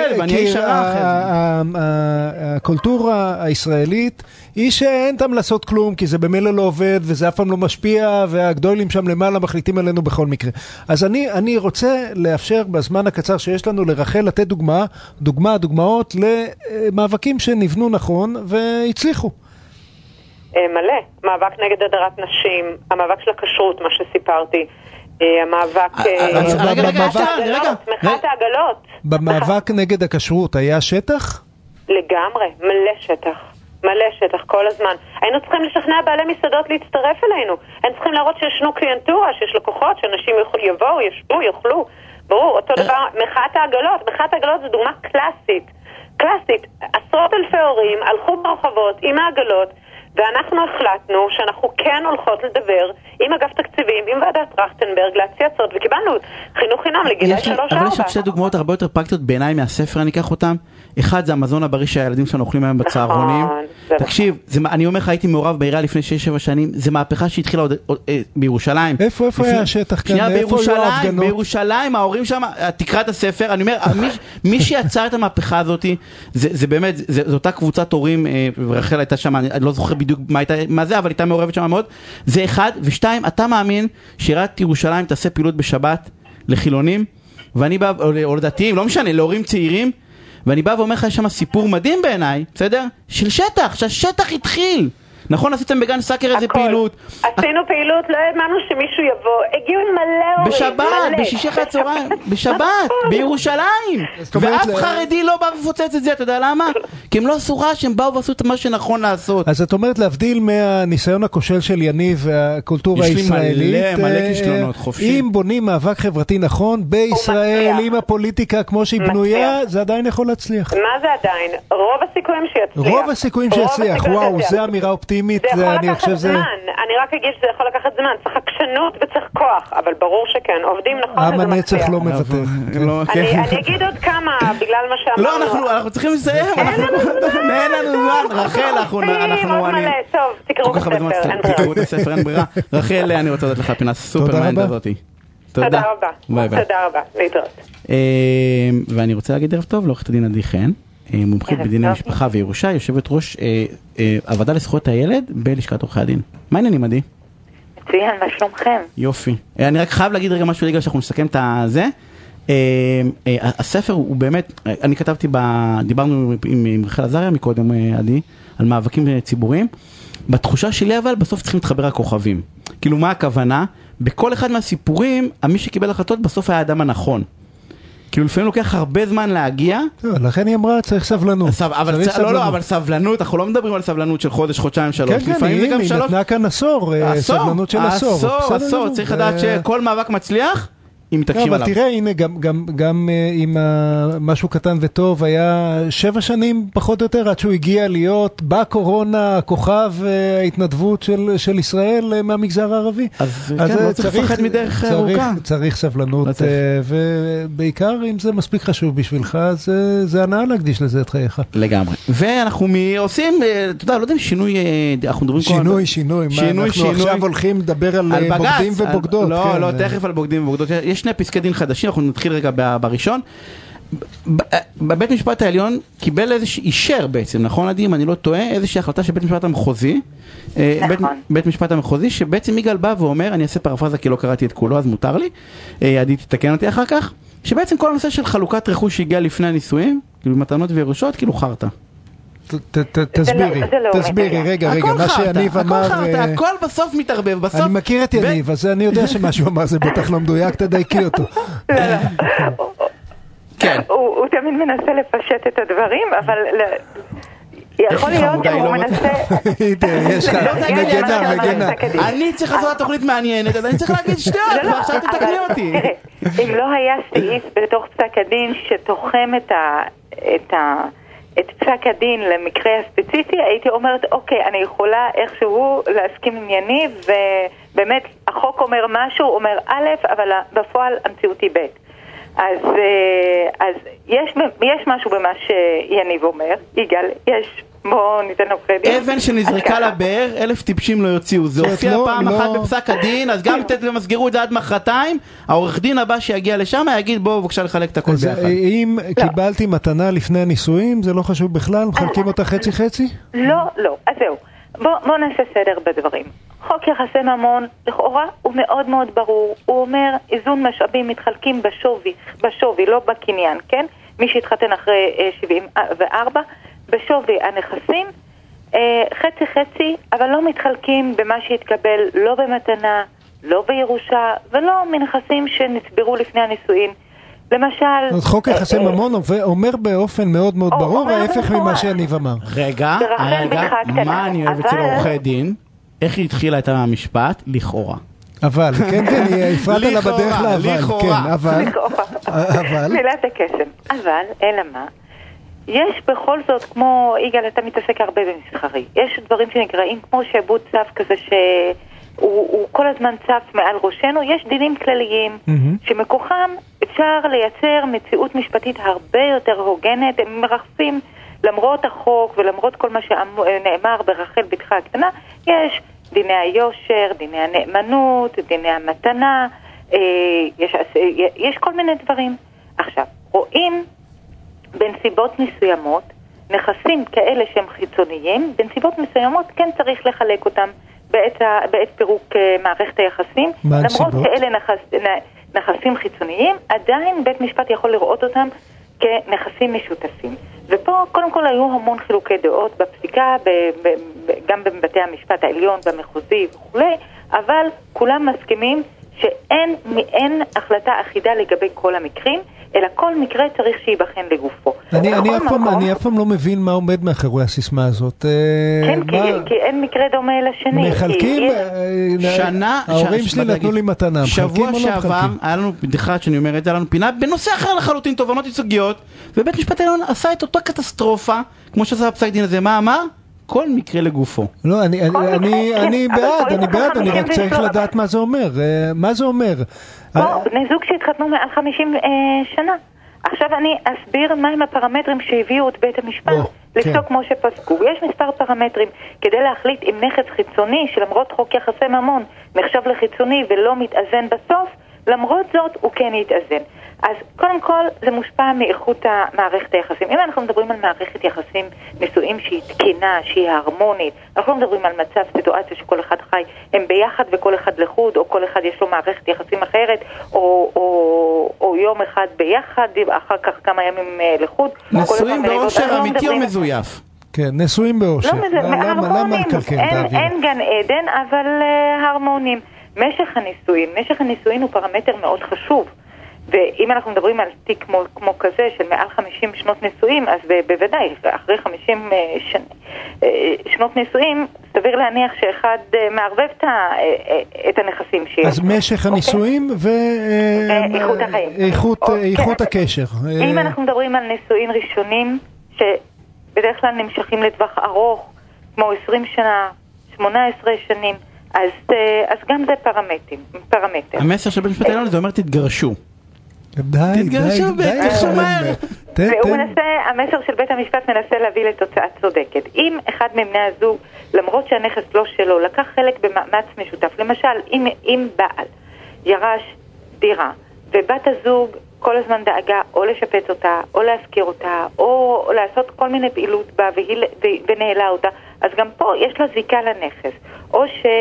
C: הקולטורה הישראלית היא שאין תם לעשות כלום, כי זה במילא לא עובד, וזה אף פעם לא משפיע, והגדולים שם למעלה מחליטים עלינו בכל מקרה. אז אני, אני רוצה לאפשר בזמן הקצר שיש לנו לרחל לתת דוגמה, דוגמה, דוגמאות למאבקים שנבנו נכון והצליחו.
F: מלא. מאבק נגד הדרת נשים, המאבק של הכשרות, מה שסיפרתי. המאבק...
B: רגע, רגע, רגע.
F: מחאת העגלות.
C: במאבק נגד הכשרות היה שטח?
F: לגמרי, מלא שטח. מלא שטח, כל הזמן. היינו צריכים לשכנע בעלי מסעדות להצטרף אלינו. היינו צריכים להראות שישנו קליינטורה, שיש לקוחות, שאנשים יבואו, ישבו, יאכלו. ברור, אותו דבר, מחאת העגלות, מחאת העגלות זו דוגמה קלאסית, קלאסית, עשרות אלפי הורים הלכו ברחובות עם העגלות, ואנחנו החלטנו שאנחנו כן הולכות לדבר עם אגף תקציבים, עם ועדת טרכטנברג, להציע הצעות, וקיבלנו חינוך חינם לגילי שלוש ארבע.
B: אבל יש עוד שתי דוגמאות הרבה יותר פרקטיות בעיניי מהספר, אני אקח אותם. אחד זה המזון הבריא שהילדים שלנו אוכלים היום בצהרונים. תקשיב, אני אומר לך, הייתי מעורב בעירייה לפני שש שבע שנים, זה מהפכה שהתחילה בירושלים.
C: איפה היה השטח כאן?
B: שנייה, בירושלים, בירושלים, ההורים שם, תקראת הספר, אני אומר, מי שיצר את המהפכה הזאת, זה באמת, זו אותה קבוצת הורים, ורחל הייתה שם, אני לא זוכר בדיוק מה זה, אבל הייתה מעורבת שם מאוד. זה אחד, ושתיים, אתה מאמין שעיריית ירושלים תעשה פעילות בשבת לחילונים, ואני בא, או לדתיים, לא משנה, להורים צעירים, ואני בא ואומר לך, יש שם סיפור מדהים בעיניי, בסדר? של שטח, שהשטח התחיל. נכון, עשיתם בגן סאקר איזה פעילות.
F: עשינו פעילות, לא האמנו שמישהו יבוא. הגיעו עם מלא הורים.
B: בשבת, בשישי אחרי הצהריים, בשבת, בירושלים. ואף חרדי לא בא ופוצץ את זה, אתה יודע למה? כי הם לא עשו רעש, הם באו ועשו את מה שנכון לעשות.
C: אז את אומרת להבדיל מהניסיון הכושל של יניב והקולטורה הישראלית.
B: יש לי מלא, מלא כישלונות, חופשי.
C: אם בונים מאבק חברתי נכון, בישראל, עם הפוליטיקה כמו שהיא בנויה, זה עדיין יכול להצליח.
F: מה זה עדיין? רוב הסיכויים שיצליח.
C: רוב הסיכויים שיצליח. וואו, זה אמירה אופטימית.
F: זה יכול לקחת זמן, אני רק אגיד שזה יכול לקחת זמן, צריך עקשנות וצריך כוח, אבל ברור שכן, עובדים נכון
C: עם הנצח לא מוותר.
F: אני אגיד עוד כמה, בגלל מה שאמרנו.
B: לא, אנחנו צריכים לסיים, אין לנו זמן, רחל, אנחנו...
F: טוב, תקראו בספר,
B: תקראו את הספר, אין ברירה. רחל, אני רוצה לדעת לך פינה סופרמיינד הזאת.
F: תודה רבה, תודה רבה, להתראות.
B: ואני רוצה להגיד ערב טוב לעורכת הדין עדי חן, מומחית בדיני משפחה וירושה, יושבת ראש הוועדה לזכויות הילד בלשכת עורכי הדין. מה העניינים, עדי?
G: מצוין, מה שלומכם?
B: יופי. אני רק חייב להגיד רגע משהו, רגע שאנחנו נסכם את זה. הספר הוא באמת, אני כתבתי, דיברנו עם רחל עזריה מקודם, עדי, על מאבקים ציבוריים. בתחושה שלי אבל, בסוף צריכים להתחבר הכוכבים. כאילו, מה הכוונה? בכל אחד מהסיפורים, מי שקיבל החלטות בסוף היה האדם הנכון. כאילו לפעמים לוקח הרבה זמן להגיע.
C: לכן היא אמרה, צריך סבלנות.
B: לא, לא, אבל סבלנות, אנחנו לא מדברים על סבלנות של חודש, חודשיים, שלוש.
C: כן, כן, היא נתנה כאן עשור, סבלנות של עשור.
B: עשור, עשור, צריך לדעת שכל מאבק מצליח, אם מתעקשים עליו.
C: אבל תראה, הנה, גם עם משהו קטן וטוב, היה שבע שנים פחות או יותר, עד שהוא הגיע להיות בקורונה, כוכב ההתנדבות של ישראל מהמגזר הערבי.
B: אז כן, לא צריך לפחד מדרך ארוכה.
C: צריך סבלנות, ובעיקר אם זה מספיק חשוב בשבילך, זה הנאה להקדיש לזה את חייך.
B: לגמרי. ואנחנו עושים, אתה יודע, לא יודע אם שינוי, אנחנו מדברים
C: שינוי, שינוי. אנחנו עכשיו הולכים לדבר על בוגדים ובוגדות.
B: לא, לא, תכף על בוגדים ובוגדות. יש שני פסקי דין חדשים, אנחנו נתחיל רגע בראשון. בבית משפט העליון קיבל איזושהי, אישר בעצם, נכון עדי, אם אני לא טועה, איזושהי החלטה של בית משפט המחוזי, בית משפט המחוזי, שבעצם יגאל בא ואומר, אני אעשה פרפרזה כי לא קראתי את כולו, אז מותר לי, עדי תתקן אותי אחר כך, שבעצם כל הנושא של חלוקת רכוש שהגיע לפני הנישואים, כאילו מתנות וירושות, כאילו חרטה.
C: תסבירי, תסבירי, רגע, רגע, מה שיניב אמר...
B: הכל חרטה, הכל בסוף מתערבב, בסוף...
C: אני מכיר את יניב, אז אני יודע שמה שהוא אמר זה בטח לא מדויק, תדייקי אותו.
B: כן.
G: הוא תמיד מנסה לפשט את הדברים, אבל... יכול להיות שהוא מנסה...
C: יש לך, מגנה, מגנה.
B: אני צריך לעשות התוכנית מעניינת, אז אני צריך להגיד שטויות, ועכשיו תתקני אותי.
G: אם לא היה סעיף בתוך פסק הדין שתוחם את ה... את פסק הדין למקרה הספציפי, הייתי אומרת, אוקיי, אני יכולה איכשהו להסכים עם יניב, ובאמת החוק אומר משהו, אומר א', אבל בפועל המציאות היא ב'. אז, אז יש, יש משהו במה שיניב אומר, יגאל, יש, בוא ניתן לו קרדיט.
B: אבן שנזרקה לבאר, אלף טיפשים לא יוציאו. זה הופיע פעם אחת בפסק הדין, אז גם תמסגרו את זה עד מחרתיים, העורך דין הבא שיגיע לשם, יגיד בואו בבקשה לחלק את הכל ביחד.
C: אם קיבלתי מתנה לפני הנישואים, זה לא חשוב בכלל? מחלקים אותה חצי חצי?
G: לא, לא, אז זהו. בואו נעשה סדר בדברים. חוק יחסי ממון, לכאורה, הוא מאוד מאוד ברור. הוא אומר, איזון משאבים מתחלקים בשווי, בשווי, לא בקניין, כן? מי שהתחתן אחרי שבעים וארבע, בשווי הנכסים, חצי חצי, אבל לא מתחלקים במה שהתקבל לא במתנה, לא בירושה, ולא מנכסים שנצברו לפני הנישואין. למשל...
C: חוק יחסי ממון אומר באופן מאוד מאוד ברור, ההפך ממה שיניב אמר.
B: רגע, רגע, מה אני אוהב אצל עורכי דין? איך היא התחילה את המשפט? לכאורה.
C: אבל, כן, כן, הפרעת לה בדרך לאבל, כן, אבל, אבל,
G: מילת הקסם, אבל, אלא מה? יש בכל זאת, כמו, יגאל, אתה מתעסק הרבה במסחרי, יש דברים שנקראים כמו שעבוד צף כזה שהוא כל הזמן צף מעל ראשנו, יש דינים כלליים שמכוחם אפשר לייצר מציאות משפטית הרבה יותר הוגנת, הם מרחפים למרות החוק ולמרות כל מה שנאמר ברחל בתך הקטנה, יש דיני היושר, דיני הנאמנות, דיני המתנה, יש, יש כל מיני דברים. עכשיו, רואים בנסיבות מסוימות, נכסים כאלה שהם חיצוניים, בנסיבות מסוימות כן צריך לחלק אותם בעת, ה, בעת פירוק מערכת היחסים. למרות כאלה נכס, נכסים חיצוניים, עדיין בית משפט יכול לראות אותם כנכסים משותפים. ופה קודם כל היו המון חילוקי דעות בפסיקה, ב, ב, ב, גם בבתי המשפט העליון, במחוזי וכו', אבל כולם מסכימים שאין אין החלטה אחידה לגבי כל המקרים, אלא כל מקרה צריך שיבחן לגופו.
C: אני, אני, אף פעם, אני אף פעם לא מבין מה עומד מאחורי הסיסמה הזאת.
G: כן, מה... כי, כי אין מקרה דומה לשני.
C: מחלקים,
G: כי...
B: שנה,
C: ההורים ש... שלי נתנו לי מתנה.
B: שבוע שעבר, היה לנו בדיחה שאני אומרת, היה לנו פינה בנושא אחר לחלוטין, תובנות ייצוגיות, ובית משפט העליון עשה את אותה קטסטרופה, כמו שזה הפסק דין הזה, מה אמר? כל מקרה לגופו.
C: לא, אני, אני, אני, אני בעד, אני בעד, אני רק צריך לדעת מה זה אומר. מה זה אומר?
G: בני זוג שהתחתנו מעל חמישים שנה. עכשיו אני אסביר מהם הפרמטרים שהביאו את בית המשפט לפסוק כמו שפסקו. יש מספר פרמטרים כדי להחליט אם נכס חיצוני, שלמרות חוק יחסי ממון נחשב לחיצוני ולא מתאזן בסוף, למרות זאת הוא כן יתאזן. אז קודם כל זה מושפע מאיכות מערכת היחסים. אם אנחנו מדברים על מערכת יחסים נישואים שהיא תקינה, שהיא הרמונית, אנחנו לא מדברים על מצב, סיטואציה שכל אחד חי הם ביחד וכל אחד לחוד, או כל אחד יש לו מערכת יחסים אחרת, או, או, או יום אחד ביחד, אחר כך כמה ימים לחוד.
B: נשואים באושר אמיתי או מזויף?
C: כן, נשואים באושר.
G: למה לקלקל את האוויר? אין גן עדן, אבל הרמונים. משך הנישואים, משך הנישואים הוא פרמטר מאוד חשוב. ואם אנחנו מדברים על תיק כמו, כמו כזה של מעל חמישים שנות נישואים, אז בוודאי, אחרי חמישים שנ... שנות נישואים, סביר להניח שאחד מערבב את הנכסים שיש.
C: אז משך הנישואים
G: ואיכות החיים.
C: איכות, איכות הקשר.
G: אם אנחנו מדברים על נישואים ראשונים, שבדרך כלל נמשכים לטווח ארוך, כמו עשרים שנה, שמונה עשרה שנים, אז, אז גם זה פרמטרים, פרמטר.
B: המסר של בית משפט העליון זה אומר תתגרשו.
C: די, די, די.
G: והוא מנסה, המסר של בית המשפט מנסה להביא לתוצאה צודקת. אם אחד מבני הזוג, למרות שהנכס לא שלו, לקח חלק במאמץ משותף, למשל, אם, אם בעל ירש דירה, ובת הזוג כל הזמן דאגה או לשפץ אותה, או להזכיר אותה, או לעשות כל מיני פעילות בה, והיא, ונהלה אותה, אז גם פה יש לה זיקה לנכס. או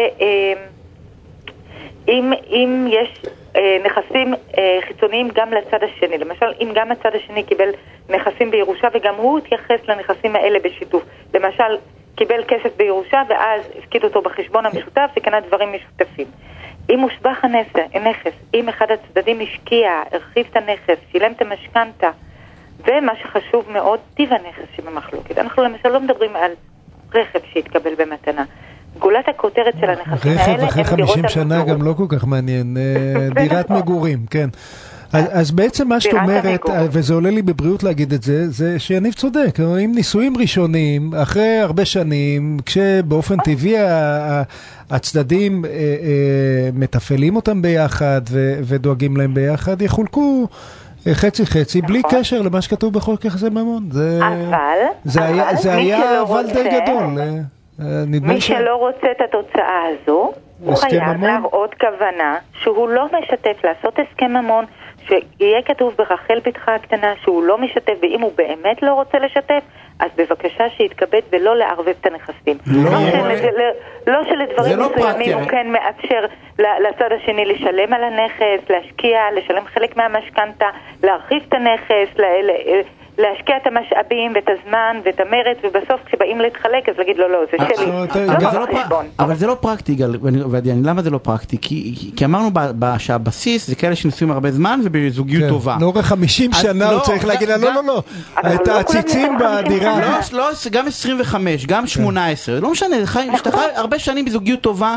G: שאם אם יש נכסים חיצוניים גם לצד השני, למשל אם גם הצד השני קיבל נכסים בירושה וגם הוא התייחס לנכסים האלה בשיתוף, למשל קיבל כסף בירושה ואז הפקיד אותו בחשבון המשותף וקנה דברים משותפים. אם מושבח הנכס, אם אחד הצדדים השקיע, הרחיב את הנכס, שילם את המשכנתה, ומה שחשוב מאוד, טיב הנכס שבמחלוקת. אנחנו למשל לא מדברים על רכב שהתקבל במתנה. גולת הכותרת של הנכסים האלה...
C: רכב אחרי חמישים שנה גם לא כל כך מעניין. דירת מגורים, כן. אז בעצם מה שאת אומרת, וזה עולה לי בבריאות להגיד את זה, זה שיניב צודק. אם נישואים ראשוניים, אחרי הרבה שנים, כשבאופן טבעי הצדדים מתפעלים אותם ביחד ודואגים להם ביחד, יחולקו חצי חצי, בלי קשר למה שכתוב בחוק יחסי ממון. זה היה אבל די גדול.
G: מי שלא רוצה את התוצאה הזו, הוא חייב להראות כוונה שהוא לא משתף לעשות הסכם ממון, שיהיה כתוב ברחל בתך הקטנה שהוא לא משתף, ואם הוא באמת לא רוצה לשתף, אז בבקשה שיתכבד ולא לערבב את הנכסים. לא שלדברים מסוימים הוא כן מאפשר לצד השני לשלם על הנכס, להשקיע, לשלם חלק מהמשכנתה, להרחיב את הנכס, להשקיע את המשאבים ואת הזמן ואת המרץ, ובסוף כשבאים להתחלק אז להגיד לא, לא, זה שלי.
B: אבל זה לא פרקטי, למה זה לא פרקטי? כי אמרנו שהבסיס זה כאלה שניסויים הרבה זמן ובזוגיות טובה.
C: לאורך חמישים שנה הוא צריך להגיד לא, לא, לא, את העציצים בדירה.
B: לא, גם עשרים וחמש, גם שמונה עשרה, לא משנה, שאתה חי הרבה שנים בזוגיות טובה,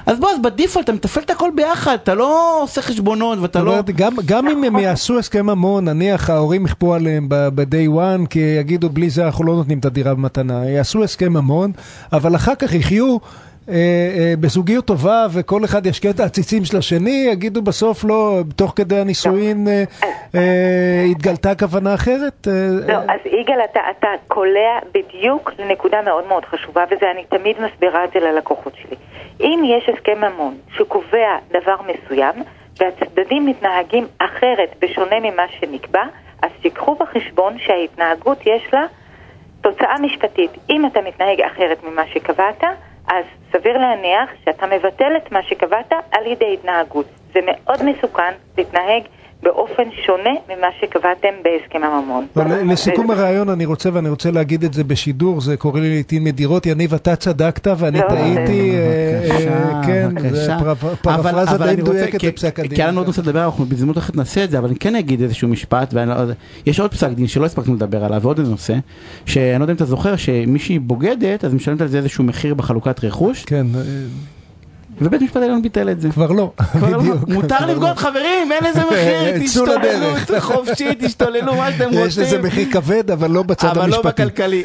B: אז בוא, אז בדיפולט אתה מתפעל את הכל ביחד, אתה לא עושה חשבונות ואתה לא...
C: גם, גם אם הם יעשו הסכם ממון, נניח ההורים יכפו עליהם ב-day one, כי יגידו בלי זה אנחנו לא נותנים את הדירה במתנה, יעשו הסכם ממון, אבל אחר כך יחיו אה, אה, בזוגיות טובה, וכל אחד ישקיע את העציצים של השני, יגידו בסוף לא, תוך כדי הנישואין אה, אה, התגלתה כוונה אחרת. אה,
G: לא, אז יגאל, אתה, אתה קולע בדיוק לנקודה מאוד מאוד חשובה, וזה אני תמיד מסבירה את זה ללקוחות שלי. אם יש הסכם ממון שקובע דבר מסוים, והצדדים מתנהגים אחרת בשונה ממה שנקבע, אז תיקחו בחשבון שההתנהגות יש לה תוצאה משפטית. אם אתה מתנהג אחרת ממה שקבעת, אז סביר להניח שאתה מבטל את מה שקבעת על ידי התנהגות. זה מאוד מסוכן להתנהג באופן שונה ממה שקבעתם בהסכם הממון.
C: לסיכום הרעיון אני רוצה, ואני רוצה להגיד את זה בשידור, זה קורא לי לעתים נדירות, יניב אתה צדקת ואני טעיתי, כן, זה פרפרזה די מדויקת לפסק הדין.
B: כי היה לנו עוד נושא לדבר, אנחנו בזמנות אחת נעשה את זה, אבל אני כן אגיד איזשהו משפט, יש עוד פסק דין שלא הספקנו לדבר עליו, ועוד איזה נושא, שאני לא יודע אם אתה זוכר, שמישהי בוגדת, אז משלמת על זה איזשהו מחיר בחלוקת רכוש.
C: כן.
B: ובית משפט העליון ביטל את זה.
C: כבר לא.
B: מותר לבגוד חברים, אין איזה מחיר, תשתוללו, חופשי, תשתוללו, מה שאתם רוצים.
C: יש איזה מחיר כבד, אבל לא בצד המשפטי.
B: אבל לא בכלכלי.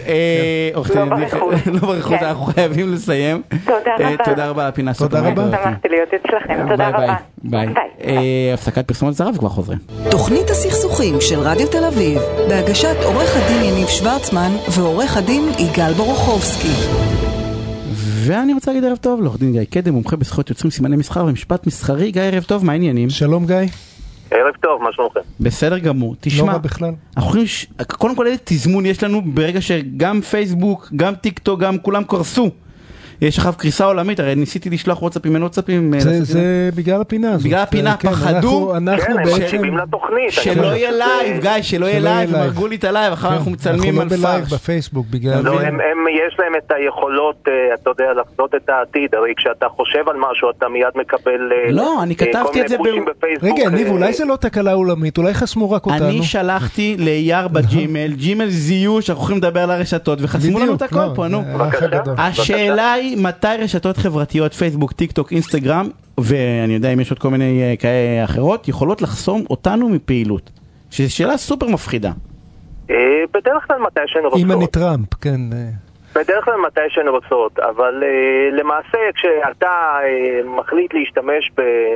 B: לא ברכות, אנחנו חייבים לסיים.
G: תודה רבה.
B: תודה רבה על הפינה.
C: תודה רבה.
G: שמחתי להיות אצלכם, תודה רבה.
B: ביי. הפסקת פרסומת זרה וכבר חוזרים.
A: תוכנית הסכסוכים של רדיו תל אביב, בהגשת עורך הדין יניב שוורצמן ועורך הדין יגאל בורוכובסקי.
B: ואני רוצה להגיד ערב טוב לעורך דין גיא קדם, מומחה בזכויות יוצרים, סימני מסחר ומשפט מסחרי. גיא, ערב טוב, מה העניינים?
C: שלום גיא.
D: ערב טוב, מה שלומכם?
B: בסדר גמור. תשמע,
C: לא בכלל.
B: אנחנו יכולים, קודם כל איזה תזמון יש לנו ברגע שגם פייסבוק, גם טיק טוק, גם כולם קרסו. יש עכשיו קריסה עולמית, הרי ניסיתי לשלוח וואטסאפים אין וואטסאפים.
C: זה בגלל הפינה הזאת.
B: בגלל הפינה, פחדו.
C: אנחנו בעצם...
B: שלא יהיה לייב, גיא, שלא יהיה לייב, הם הרגו לי את הלייב, אחר אנחנו מצלמים על פרש.
C: אנחנו לא בלייב בפייסבוק בגלל...
D: לא, יש להם את היכולות, אתה יודע, לחזות את העתיד, הרי כשאתה חושב על משהו, אתה מיד מקבל...
B: לא, אני כתבתי את זה...
C: רגע, ניב, אולי זה לא תקלה עולמית, אולי חסמו רק אותנו.
B: אני שלחתי לאייר בג'ימל, ג'ימל זיהו שאנחנו יכולים לדבר על הרשתות, וחסמו לנו את הכל פה, נו. השאלה היא מתי רשתות חברתיות, פייסבוק, טיק טוק, אינסטגרם, ואני יודע אם יש עוד כל מיני כאלה אחרות, יכולות לחסום אותנו מפעילות. שזו שאלה סופר מפחידה.
D: בדרך כלל מתי שהן רוצות.
C: אם אני טראמפ, כן.
D: בדרך כלל מתי שהן רוצות, אבל למעשה כשאתה מחליט להשתמש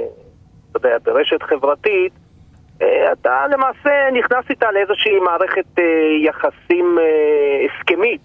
D: ברשת חברתית, אתה למעשה נכנס איתה לאיזושהי מערכת יחסים הסכמית.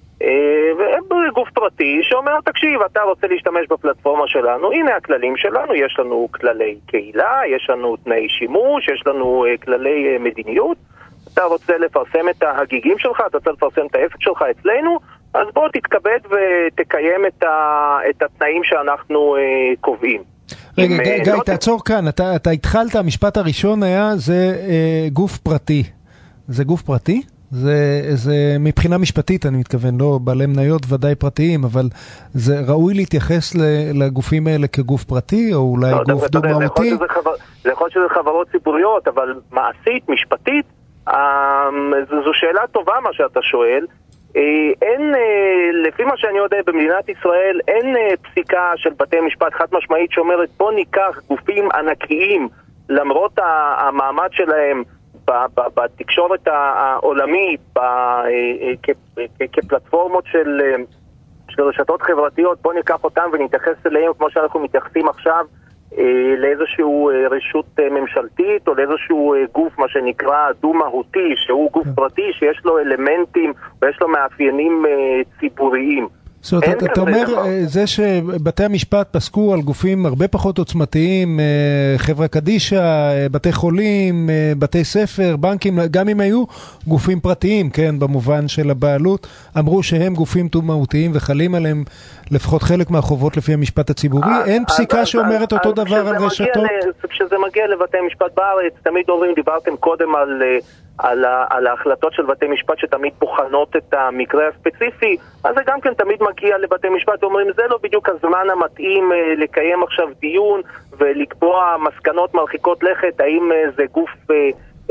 D: וגוף פרטי שאומר, תקשיב, אתה רוצה להשתמש בפלטפורמה שלנו, הנה הכללים שלנו, יש לנו כללי קהילה, יש לנו תנאי שימוש, יש לנו כללי מדיניות, אתה רוצה לפרסם את ההגיגים שלך, אתה רוצה לפרסם את העסק שלך אצלנו, אז בוא תתכבד ותקיים את, ה, את התנאים שאנחנו uh, קובעים.
C: רגע, עם, גיא, לא תעצור ת... כאן, אתה, אתה התחלת, המשפט הראשון היה, זה uh, גוף פרטי. זה גוף פרטי? זה, זה מבחינה משפטית, אני מתכוון, לא בעלי מניות ודאי פרטיים, אבל זה ראוי להתייחס לגופים האלה כגוף פרטי, או אולי
D: לא,
C: גוף דו-מהותי?
D: יכול שזה חברות ציבוריות, אבל מעשית, משפטית, זו שאלה טובה מה שאתה שואל. אין, לפי מה שאני יודע במדינת ישראל, אין פסיקה של בתי משפט חד משמעית שאומרת, בוא ניקח גופים ענקיים, למרות המעמד שלהם, בתקשורת העולמית, כפלטפורמות של רשתות חברתיות, בוא ניקח אותם ונתייחס אליהם כמו שאנחנו מתייחסים עכשיו לאיזשהו רשות ממשלתית או לאיזשהו גוף מה שנקרא דו-מהותי, שהוא גוף פרטי שיש לו אלמנטים ויש לו מאפיינים ציבוריים.
C: זאת אומרת, אתה אומר, זה שבתי המשפט פסקו על גופים הרבה פחות עוצמתיים, חברה קדישה, בתי חולים, בתי ספר, בנקים, גם אם היו גופים פרטיים, כן, במובן של הבעלות, אמרו שהם גופים דו-מהותיים וחלים עליהם לפחות חלק מהחובות לפי המשפט הציבורי. אין פסיקה שאומרת אותו דבר על רשתות?
D: כשזה מגיע לבתי משפט בארץ, תמיד אומרים, דיברתם קודם על... על, ה, על ההחלטות של בתי משפט שתמיד בוחנות את המקרה הספציפי, אז זה גם כן תמיד מגיע לבתי משפט ואומרים, זה לא בדיוק הזמן המתאים אה, לקיים עכשיו דיון ולקבוע מסקנות מרחיקות לכת, האם אה, זה גוף אה,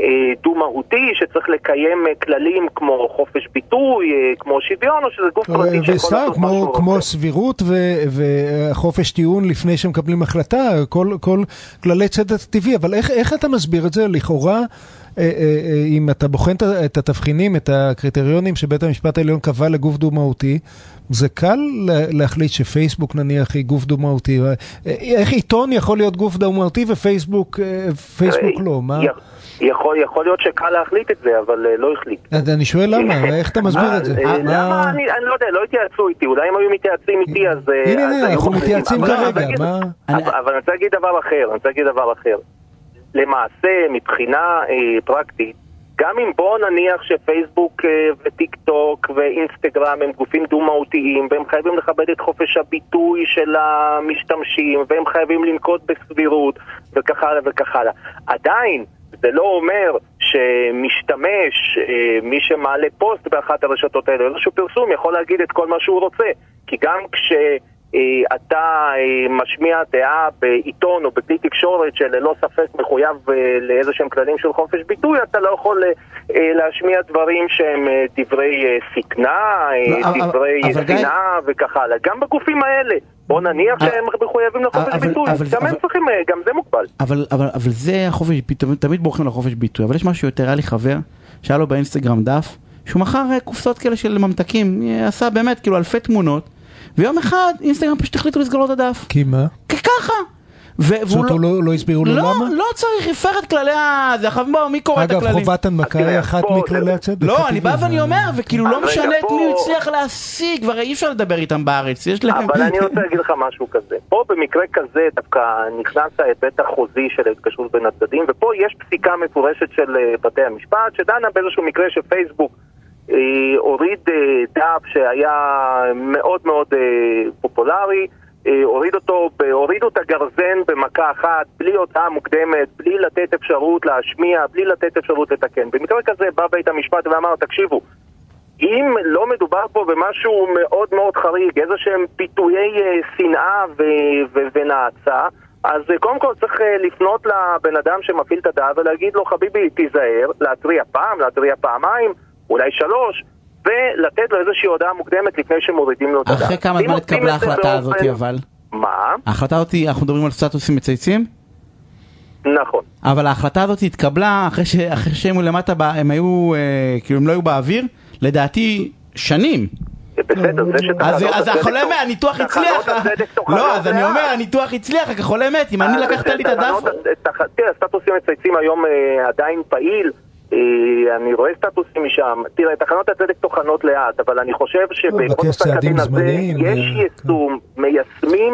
H: דו-מהותי, שצריך לקיים כללים כמו חופש ביטוי, כמו שוויון, או שזה גוף פרטי שיכול לעשות משהו
C: כמו, כמו סבירות וחופש טיעון לפני שמקבלים החלטה, כל, כל כללי צדק טבעי, אבל איך, איך אתה מסביר את זה? לכאורה, אם אתה בוחן את התבחינים, את הקריטריונים שבית המשפט העליון קבע לגוף דו-מהותי, זה קל להחליט שפייסבוק נניח היא גוף דו-מהותי. איך עיתון יכול להיות גוף דו-מהותי ופייסבוק פייסבוק לא? מה?
H: יכול, יכול להיות שקל להחליט את זה, אבל לא החליט.
C: אני שואל למה, איך אתה מסביר את זה?
H: למה? אני לא יודע, לא התייעצו איתי, אולי אם היו מתייעצים איתי אז...
C: הנה, הנה, אנחנו מתייעצים כרגע, מה?
H: אבל אני רוצה להגיד דבר אחר, אני רוצה להגיד דבר אחר. למעשה, מבחינה פרקטית, גם אם בוא נניח שפייסבוק וטיק טוק ואינסטגרם הם גופים דו-מהותיים, והם חייבים לכבד את חופש הביטוי של המשתמשים, והם חייבים לנקוט בסבירות, וכך הלאה וכך הלאה. עדיין, זה לא אומר שמשתמש, מי שמעלה פוסט באחת הרשתות האלה, איזשהו פרסום יכול להגיד את כל מה שהוא רוצה. כי גם כשאתה משמיע דעה בעיתון או בכלי תקשורת שללא ספק מחויב לאיזשהם כללים של חופש ביטוי, אתה לא יכול להשמיע דברים שהם דברי סכנה, דברי שנאה וכך הלאה. גם בגופים האלה. בוא נניח שהם מחויבים לחופש ביטוי, גם הם צריכים, גם זה מוגבל.
B: אבל זה החופש ביטוי, תמיד בורחים לחופש ביטוי, אבל יש משהו יותר, היה לי חבר, שהיה לו באינסטגרם דף, שהוא מכר קופסאות כאלה של ממתקים, עשה באמת כאילו אלפי תמונות, ויום אחד אינסטגרם פשוט החליטו לסגור לו את הדף.
C: כי מה?
B: ככה.
C: פשוט לא הסבירו לו למה?
B: לא צריך, הפר את כללי הזה, מי קורא את הכללים?
C: אגב, חובת הנמקה היא אחת מכללי הצדק.
B: לא, אני בא ואני אומר, וכאילו לא משנה את מי הוא הצליח להשיג, כבר אי אפשר לדבר איתם בארץ.
H: אבל אני רוצה להגיד לך משהו כזה. פה במקרה כזה דווקא נכנס ההיבט החוזי של ההתקשרות בין הצדדים, ופה יש פסיקה מפורשת של בתי המשפט, שדנה באיזשהו מקרה שפייסבוק הוריד דף שהיה מאוד מאוד פופולרי, הוריד אותו, הורידו את הגרזן במכה אחת, בלי הודעה מוקדמת, בלי לתת אפשרות להשמיע, בלי לתת אפשרות לתקן. במקרה כזה בא בית המשפט ואמר, תקשיבו, אם לא מדובר פה במשהו מאוד מאוד חריג, איזה שהם פיתויי שנאה ונאצה, אז קודם כל צריך לפנות לבן אדם שמפעיל את הדעה ולהגיד לו, חביבי, תיזהר, להתריע פעם, להתריע פעמיים, אולי שלוש, ולתת לו איזושהי הודעה מוקדמת לפני שמורידים לו את הדעה.
B: אחרי כמה זמן התקבלה ההחלטה הזאת, אבל?
H: מה?
B: ההחלטה הזאת, אנחנו מדברים על סטטוסים מצייצים?
H: נכון.
B: אבל ההחלטה הזאת התקבלה אחרי שהם למטה, הם היו, כאילו הם לא היו באוויר, לדעתי שנים.
H: בסדר, זה שתחנות...
B: אז החולה מת, הניתוח הצליח. לא, אז אני אומר, הניתוח הצליח, רק החולה מת, אם אני לקחת לי את הדף...
H: תראה, הסטטוסים מצייצים היום עדיין פעיל, אני רואה סטטוסים משם. תראה, תחנות הצדק תוכנות לאט, אבל אני חושב שבכל פסק הדין הזה יש יישום, מיישמים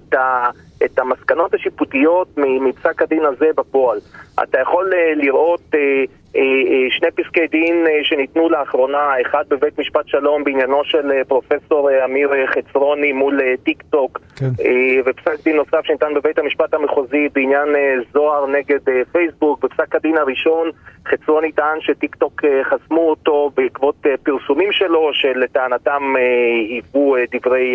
H: את המסקנות השיפוטיות מפסק הדין הזה בפועל. אתה יכול לראות שני פסקי דין שניתנו לאחרונה, אחד בבית משפט שלום בעניינו של פרופסור אמיר חצרוני מול טיק טוק, ופסק דין נוסף שניתן בבית המשפט המחוזי בעניין זוהר נגד פייסבוק. בפסק הדין הראשון חצרוני טען שטיק טוק חסמו אותו בעקבות פרסומים שלו שלטענתם היוו דברי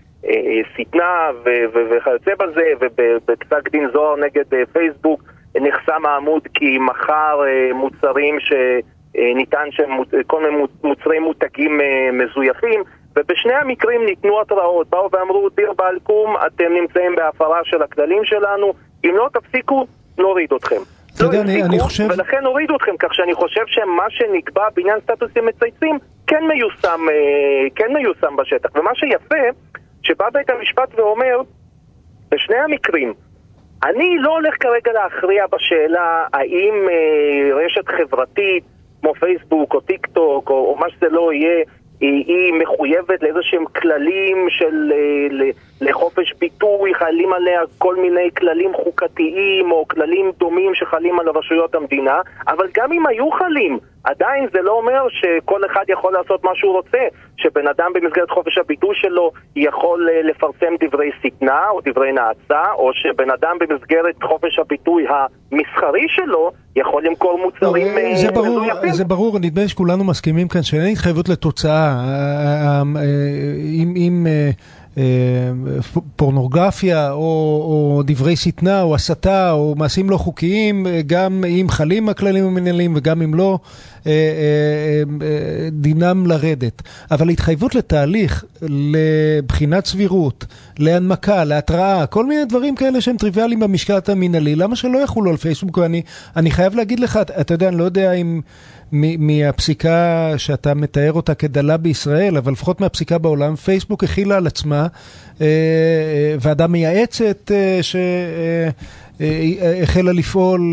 H: סטנה וכיוצא בזה, ובפסק דין זוהר נגד פייסבוק נחסם העמוד כי מחר מוצרים שניתן כל מיני מוצרים מותגים מזויפים, ובשני המקרים ניתנו התראות, באו ואמרו דיר בעלקום, אתם נמצאים בהפרה של הכללים שלנו, אם לא תפסיקו נוריד אתכם.
C: אתה יודע, אני חושב...
H: ולכן הורידו אתכם, כך שאני חושב שמה שנקבע בעניין סטטוסים מצייצים כן מיושם, כן מיושם בשטח. ומה שיפה, שבא בית המשפט ואומר, בשני המקרים, אני לא הולך כרגע להכריע בשאלה האם רשת חברתית כמו פייסבוק או טיק טוק או, או מה שזה לא יהיה, היא, היא מחויבת לאיזה שהם כללים של לחופש ביטוי, חלים עליה כל מיני כללים חוקתיים או כללים דומים שחלים על רשויות המדינה, אבל גם אם היו חלים עדיין זה לא אומר שכל אחד יכול לעשות מה שהוא רוצה, שבן אדם במסגרת חופש הביטוי שלו יכול לפרסם דברי סטנה או דברי נאצה, או שבן אדם במסגרת חופש הביטוי המסחרי שלו יכול למכור מוצרים מזויפים.
C: זה ברור, נדמה שכולנו מסכימים כאן שאין התחייבות לתוצאה. אם פורנוגרפיה או, או דברי סטנה או הסתה או מעשים לא חוקיים, גם אם חלים הכללים המנהליים וגם אם לא, דינם לרדת. אבל התחייבות לתהליך, לבחינת סבירות, להנמקה, להתראה, כל מיני דברים כאלה שהם טריוויאליים במשקל המנהלי, למה שלא יחולו על פייסבוק? אני, אני חייב להגיד לך, אתה יודע, אני לא יודע אם מהפסיקה שאתה מתאר אותה כדלה בישראל, אבל לפחות מהפסיקה בעולם, פייסבוק הכילה על עצמה ועדה מייעצת שהחלה לפעול,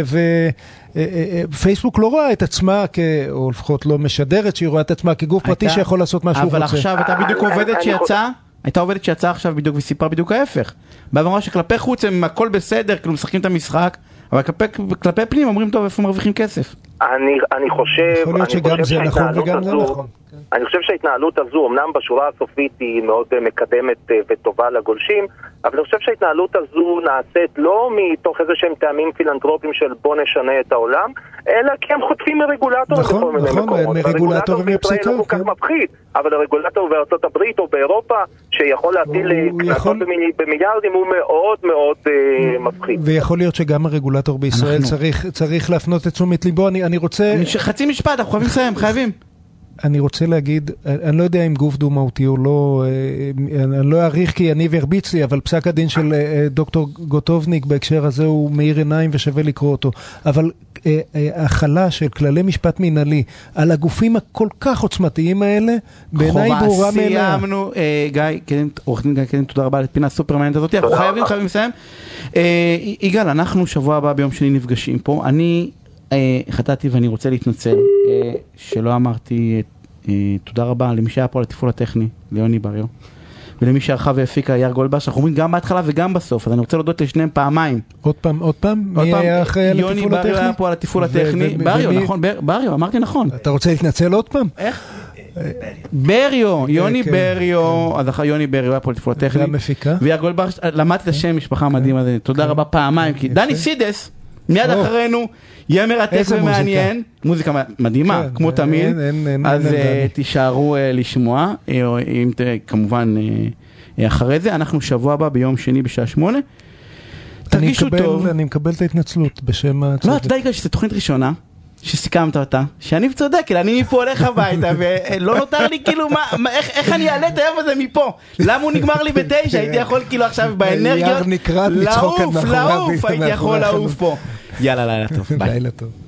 C: ופייסבוק לא רואה את עצמה, או לפחות לא משדרת שהיא רואה את עצמה כגוף פרטי שיכול לעשות מה שהוא רוצה.
B: אבל עכשיו אתה בדיוק עובדת שיצאה, הייתה עובדת שיצאה עכשיו בדיוק וסיפרה בדיוק ההפך. ואמרה שכלפי חוץ הם הכל בסדר, כאילו משחקים את המשחק, אבל כלפי, כלפי פנים אומרים טוב איפה מרוויחים כסף.
H: אני, אני חושב, אני חושב שההתנהלות הזו, אני חושב שההתנהלות הזו, אמנם בשורה הסופית היא מאוד מקדמת וטובה לגולשים, אבל אני חושב שההתנהלות הזו נעשית לא מתוך איזה שהם טעמים פילנטרופיים של בוא נשנה את העולם, אלא כי הם חוטפים מרגולטור
C: נכון,
H: בכל מיני
C: נכון,
H: מקומות.
C: מרגולטור
H: ומפסיקה. לא כל כך מפחיד, אבל הרגולטור בארצות הברית או באירופה, שיכול להטיל קנסות יכול... במיליארדים, הוא מאוד מאוד uh, מפחיד.
C: ויכול להיות שגם הרגולטור בישראל אנחנו... צריך, צריך להפנות את תשומת ליבו. אני, אני רוצה...
B: חצי משפט, אנחנו חייבים לסיים, חייבים.
C: אני רוצה להגיד, אני לא יודע אם גוף דו-מהותי או לא, אני לא אעריך כי אני והרביץ לי, אבל פסק הדין של דוקטור גוטובניק בהקשר הזה הוא מאיר עיניים ושווה לקרוא אותו. אבל החלה של כללי משפט מנהלי על הגופים הכל כך עוצמתיים האלה, בעיניי ברורה מאליה.
B: חובה, סיימנו, גיא, עורך דין גיא קדם, תודה רבה לפינה סופרמנט הזאת, אנחנו חייבים, חייבים לסיים. יגאל, אנחנו שבוע הבא ביום שני נפגשים פה, אני... חטאתי ואני רוצה להתנצל שלא אמרתי תודה רבה למי שהיה פה על התפעול הטכני, ליוני בריו, ולמי שערכה והפיקה יאיר גולדבש. אנחנו אומרים גם בהתחלה וגם בסוף, אז אני רוצה להודות לשניהם פעמיים.
C: עוד פעם, עוד פעם? מי היה אחרי על התפעול הטכני?
B: יוני בריו היה פה על התפעול הטכני. בריו, נכון, בריו, אמרתי נכון.
C: אתה רוצה להתנצל עוד פעם?
B: איך? בריו, יוני בריו, אז אחרי יוני בריו היה פה על התפעול הטכני.
C: והמפיקה?
B: ויאיר גולדבש, למדתי את השם משפחה מדהים הזה, תודה רבה פעמיים, כי דני סידס מיד אחרינו יהיה מרתק ומעניין, מוזיקה מדהימה, כמו תמיד, אז תישארו לשמוע, כמובן אחרי זה, אנחנו שבוע הבא ביום שני בשעה שמונה, תרגישו טוב.
C: אני מקבל את ההתנצלות בשם הצוות.
B: לא, אתה יודע שזו תוכנית ראשונה, שסיכמת אותה, שאני צודק, אני מפה הולך הביתה, ולא נותר לי כאילו, איך אני אעלה את היום הזה מפה? למה הוא נגמר לי בתשע? הייתי יכול כאילו עכשיו באנרגיות, לעוף, לעוף, הייתי יכול לעוף פה. יאללה, לילה טוב, ביי.
C: לילה טוב.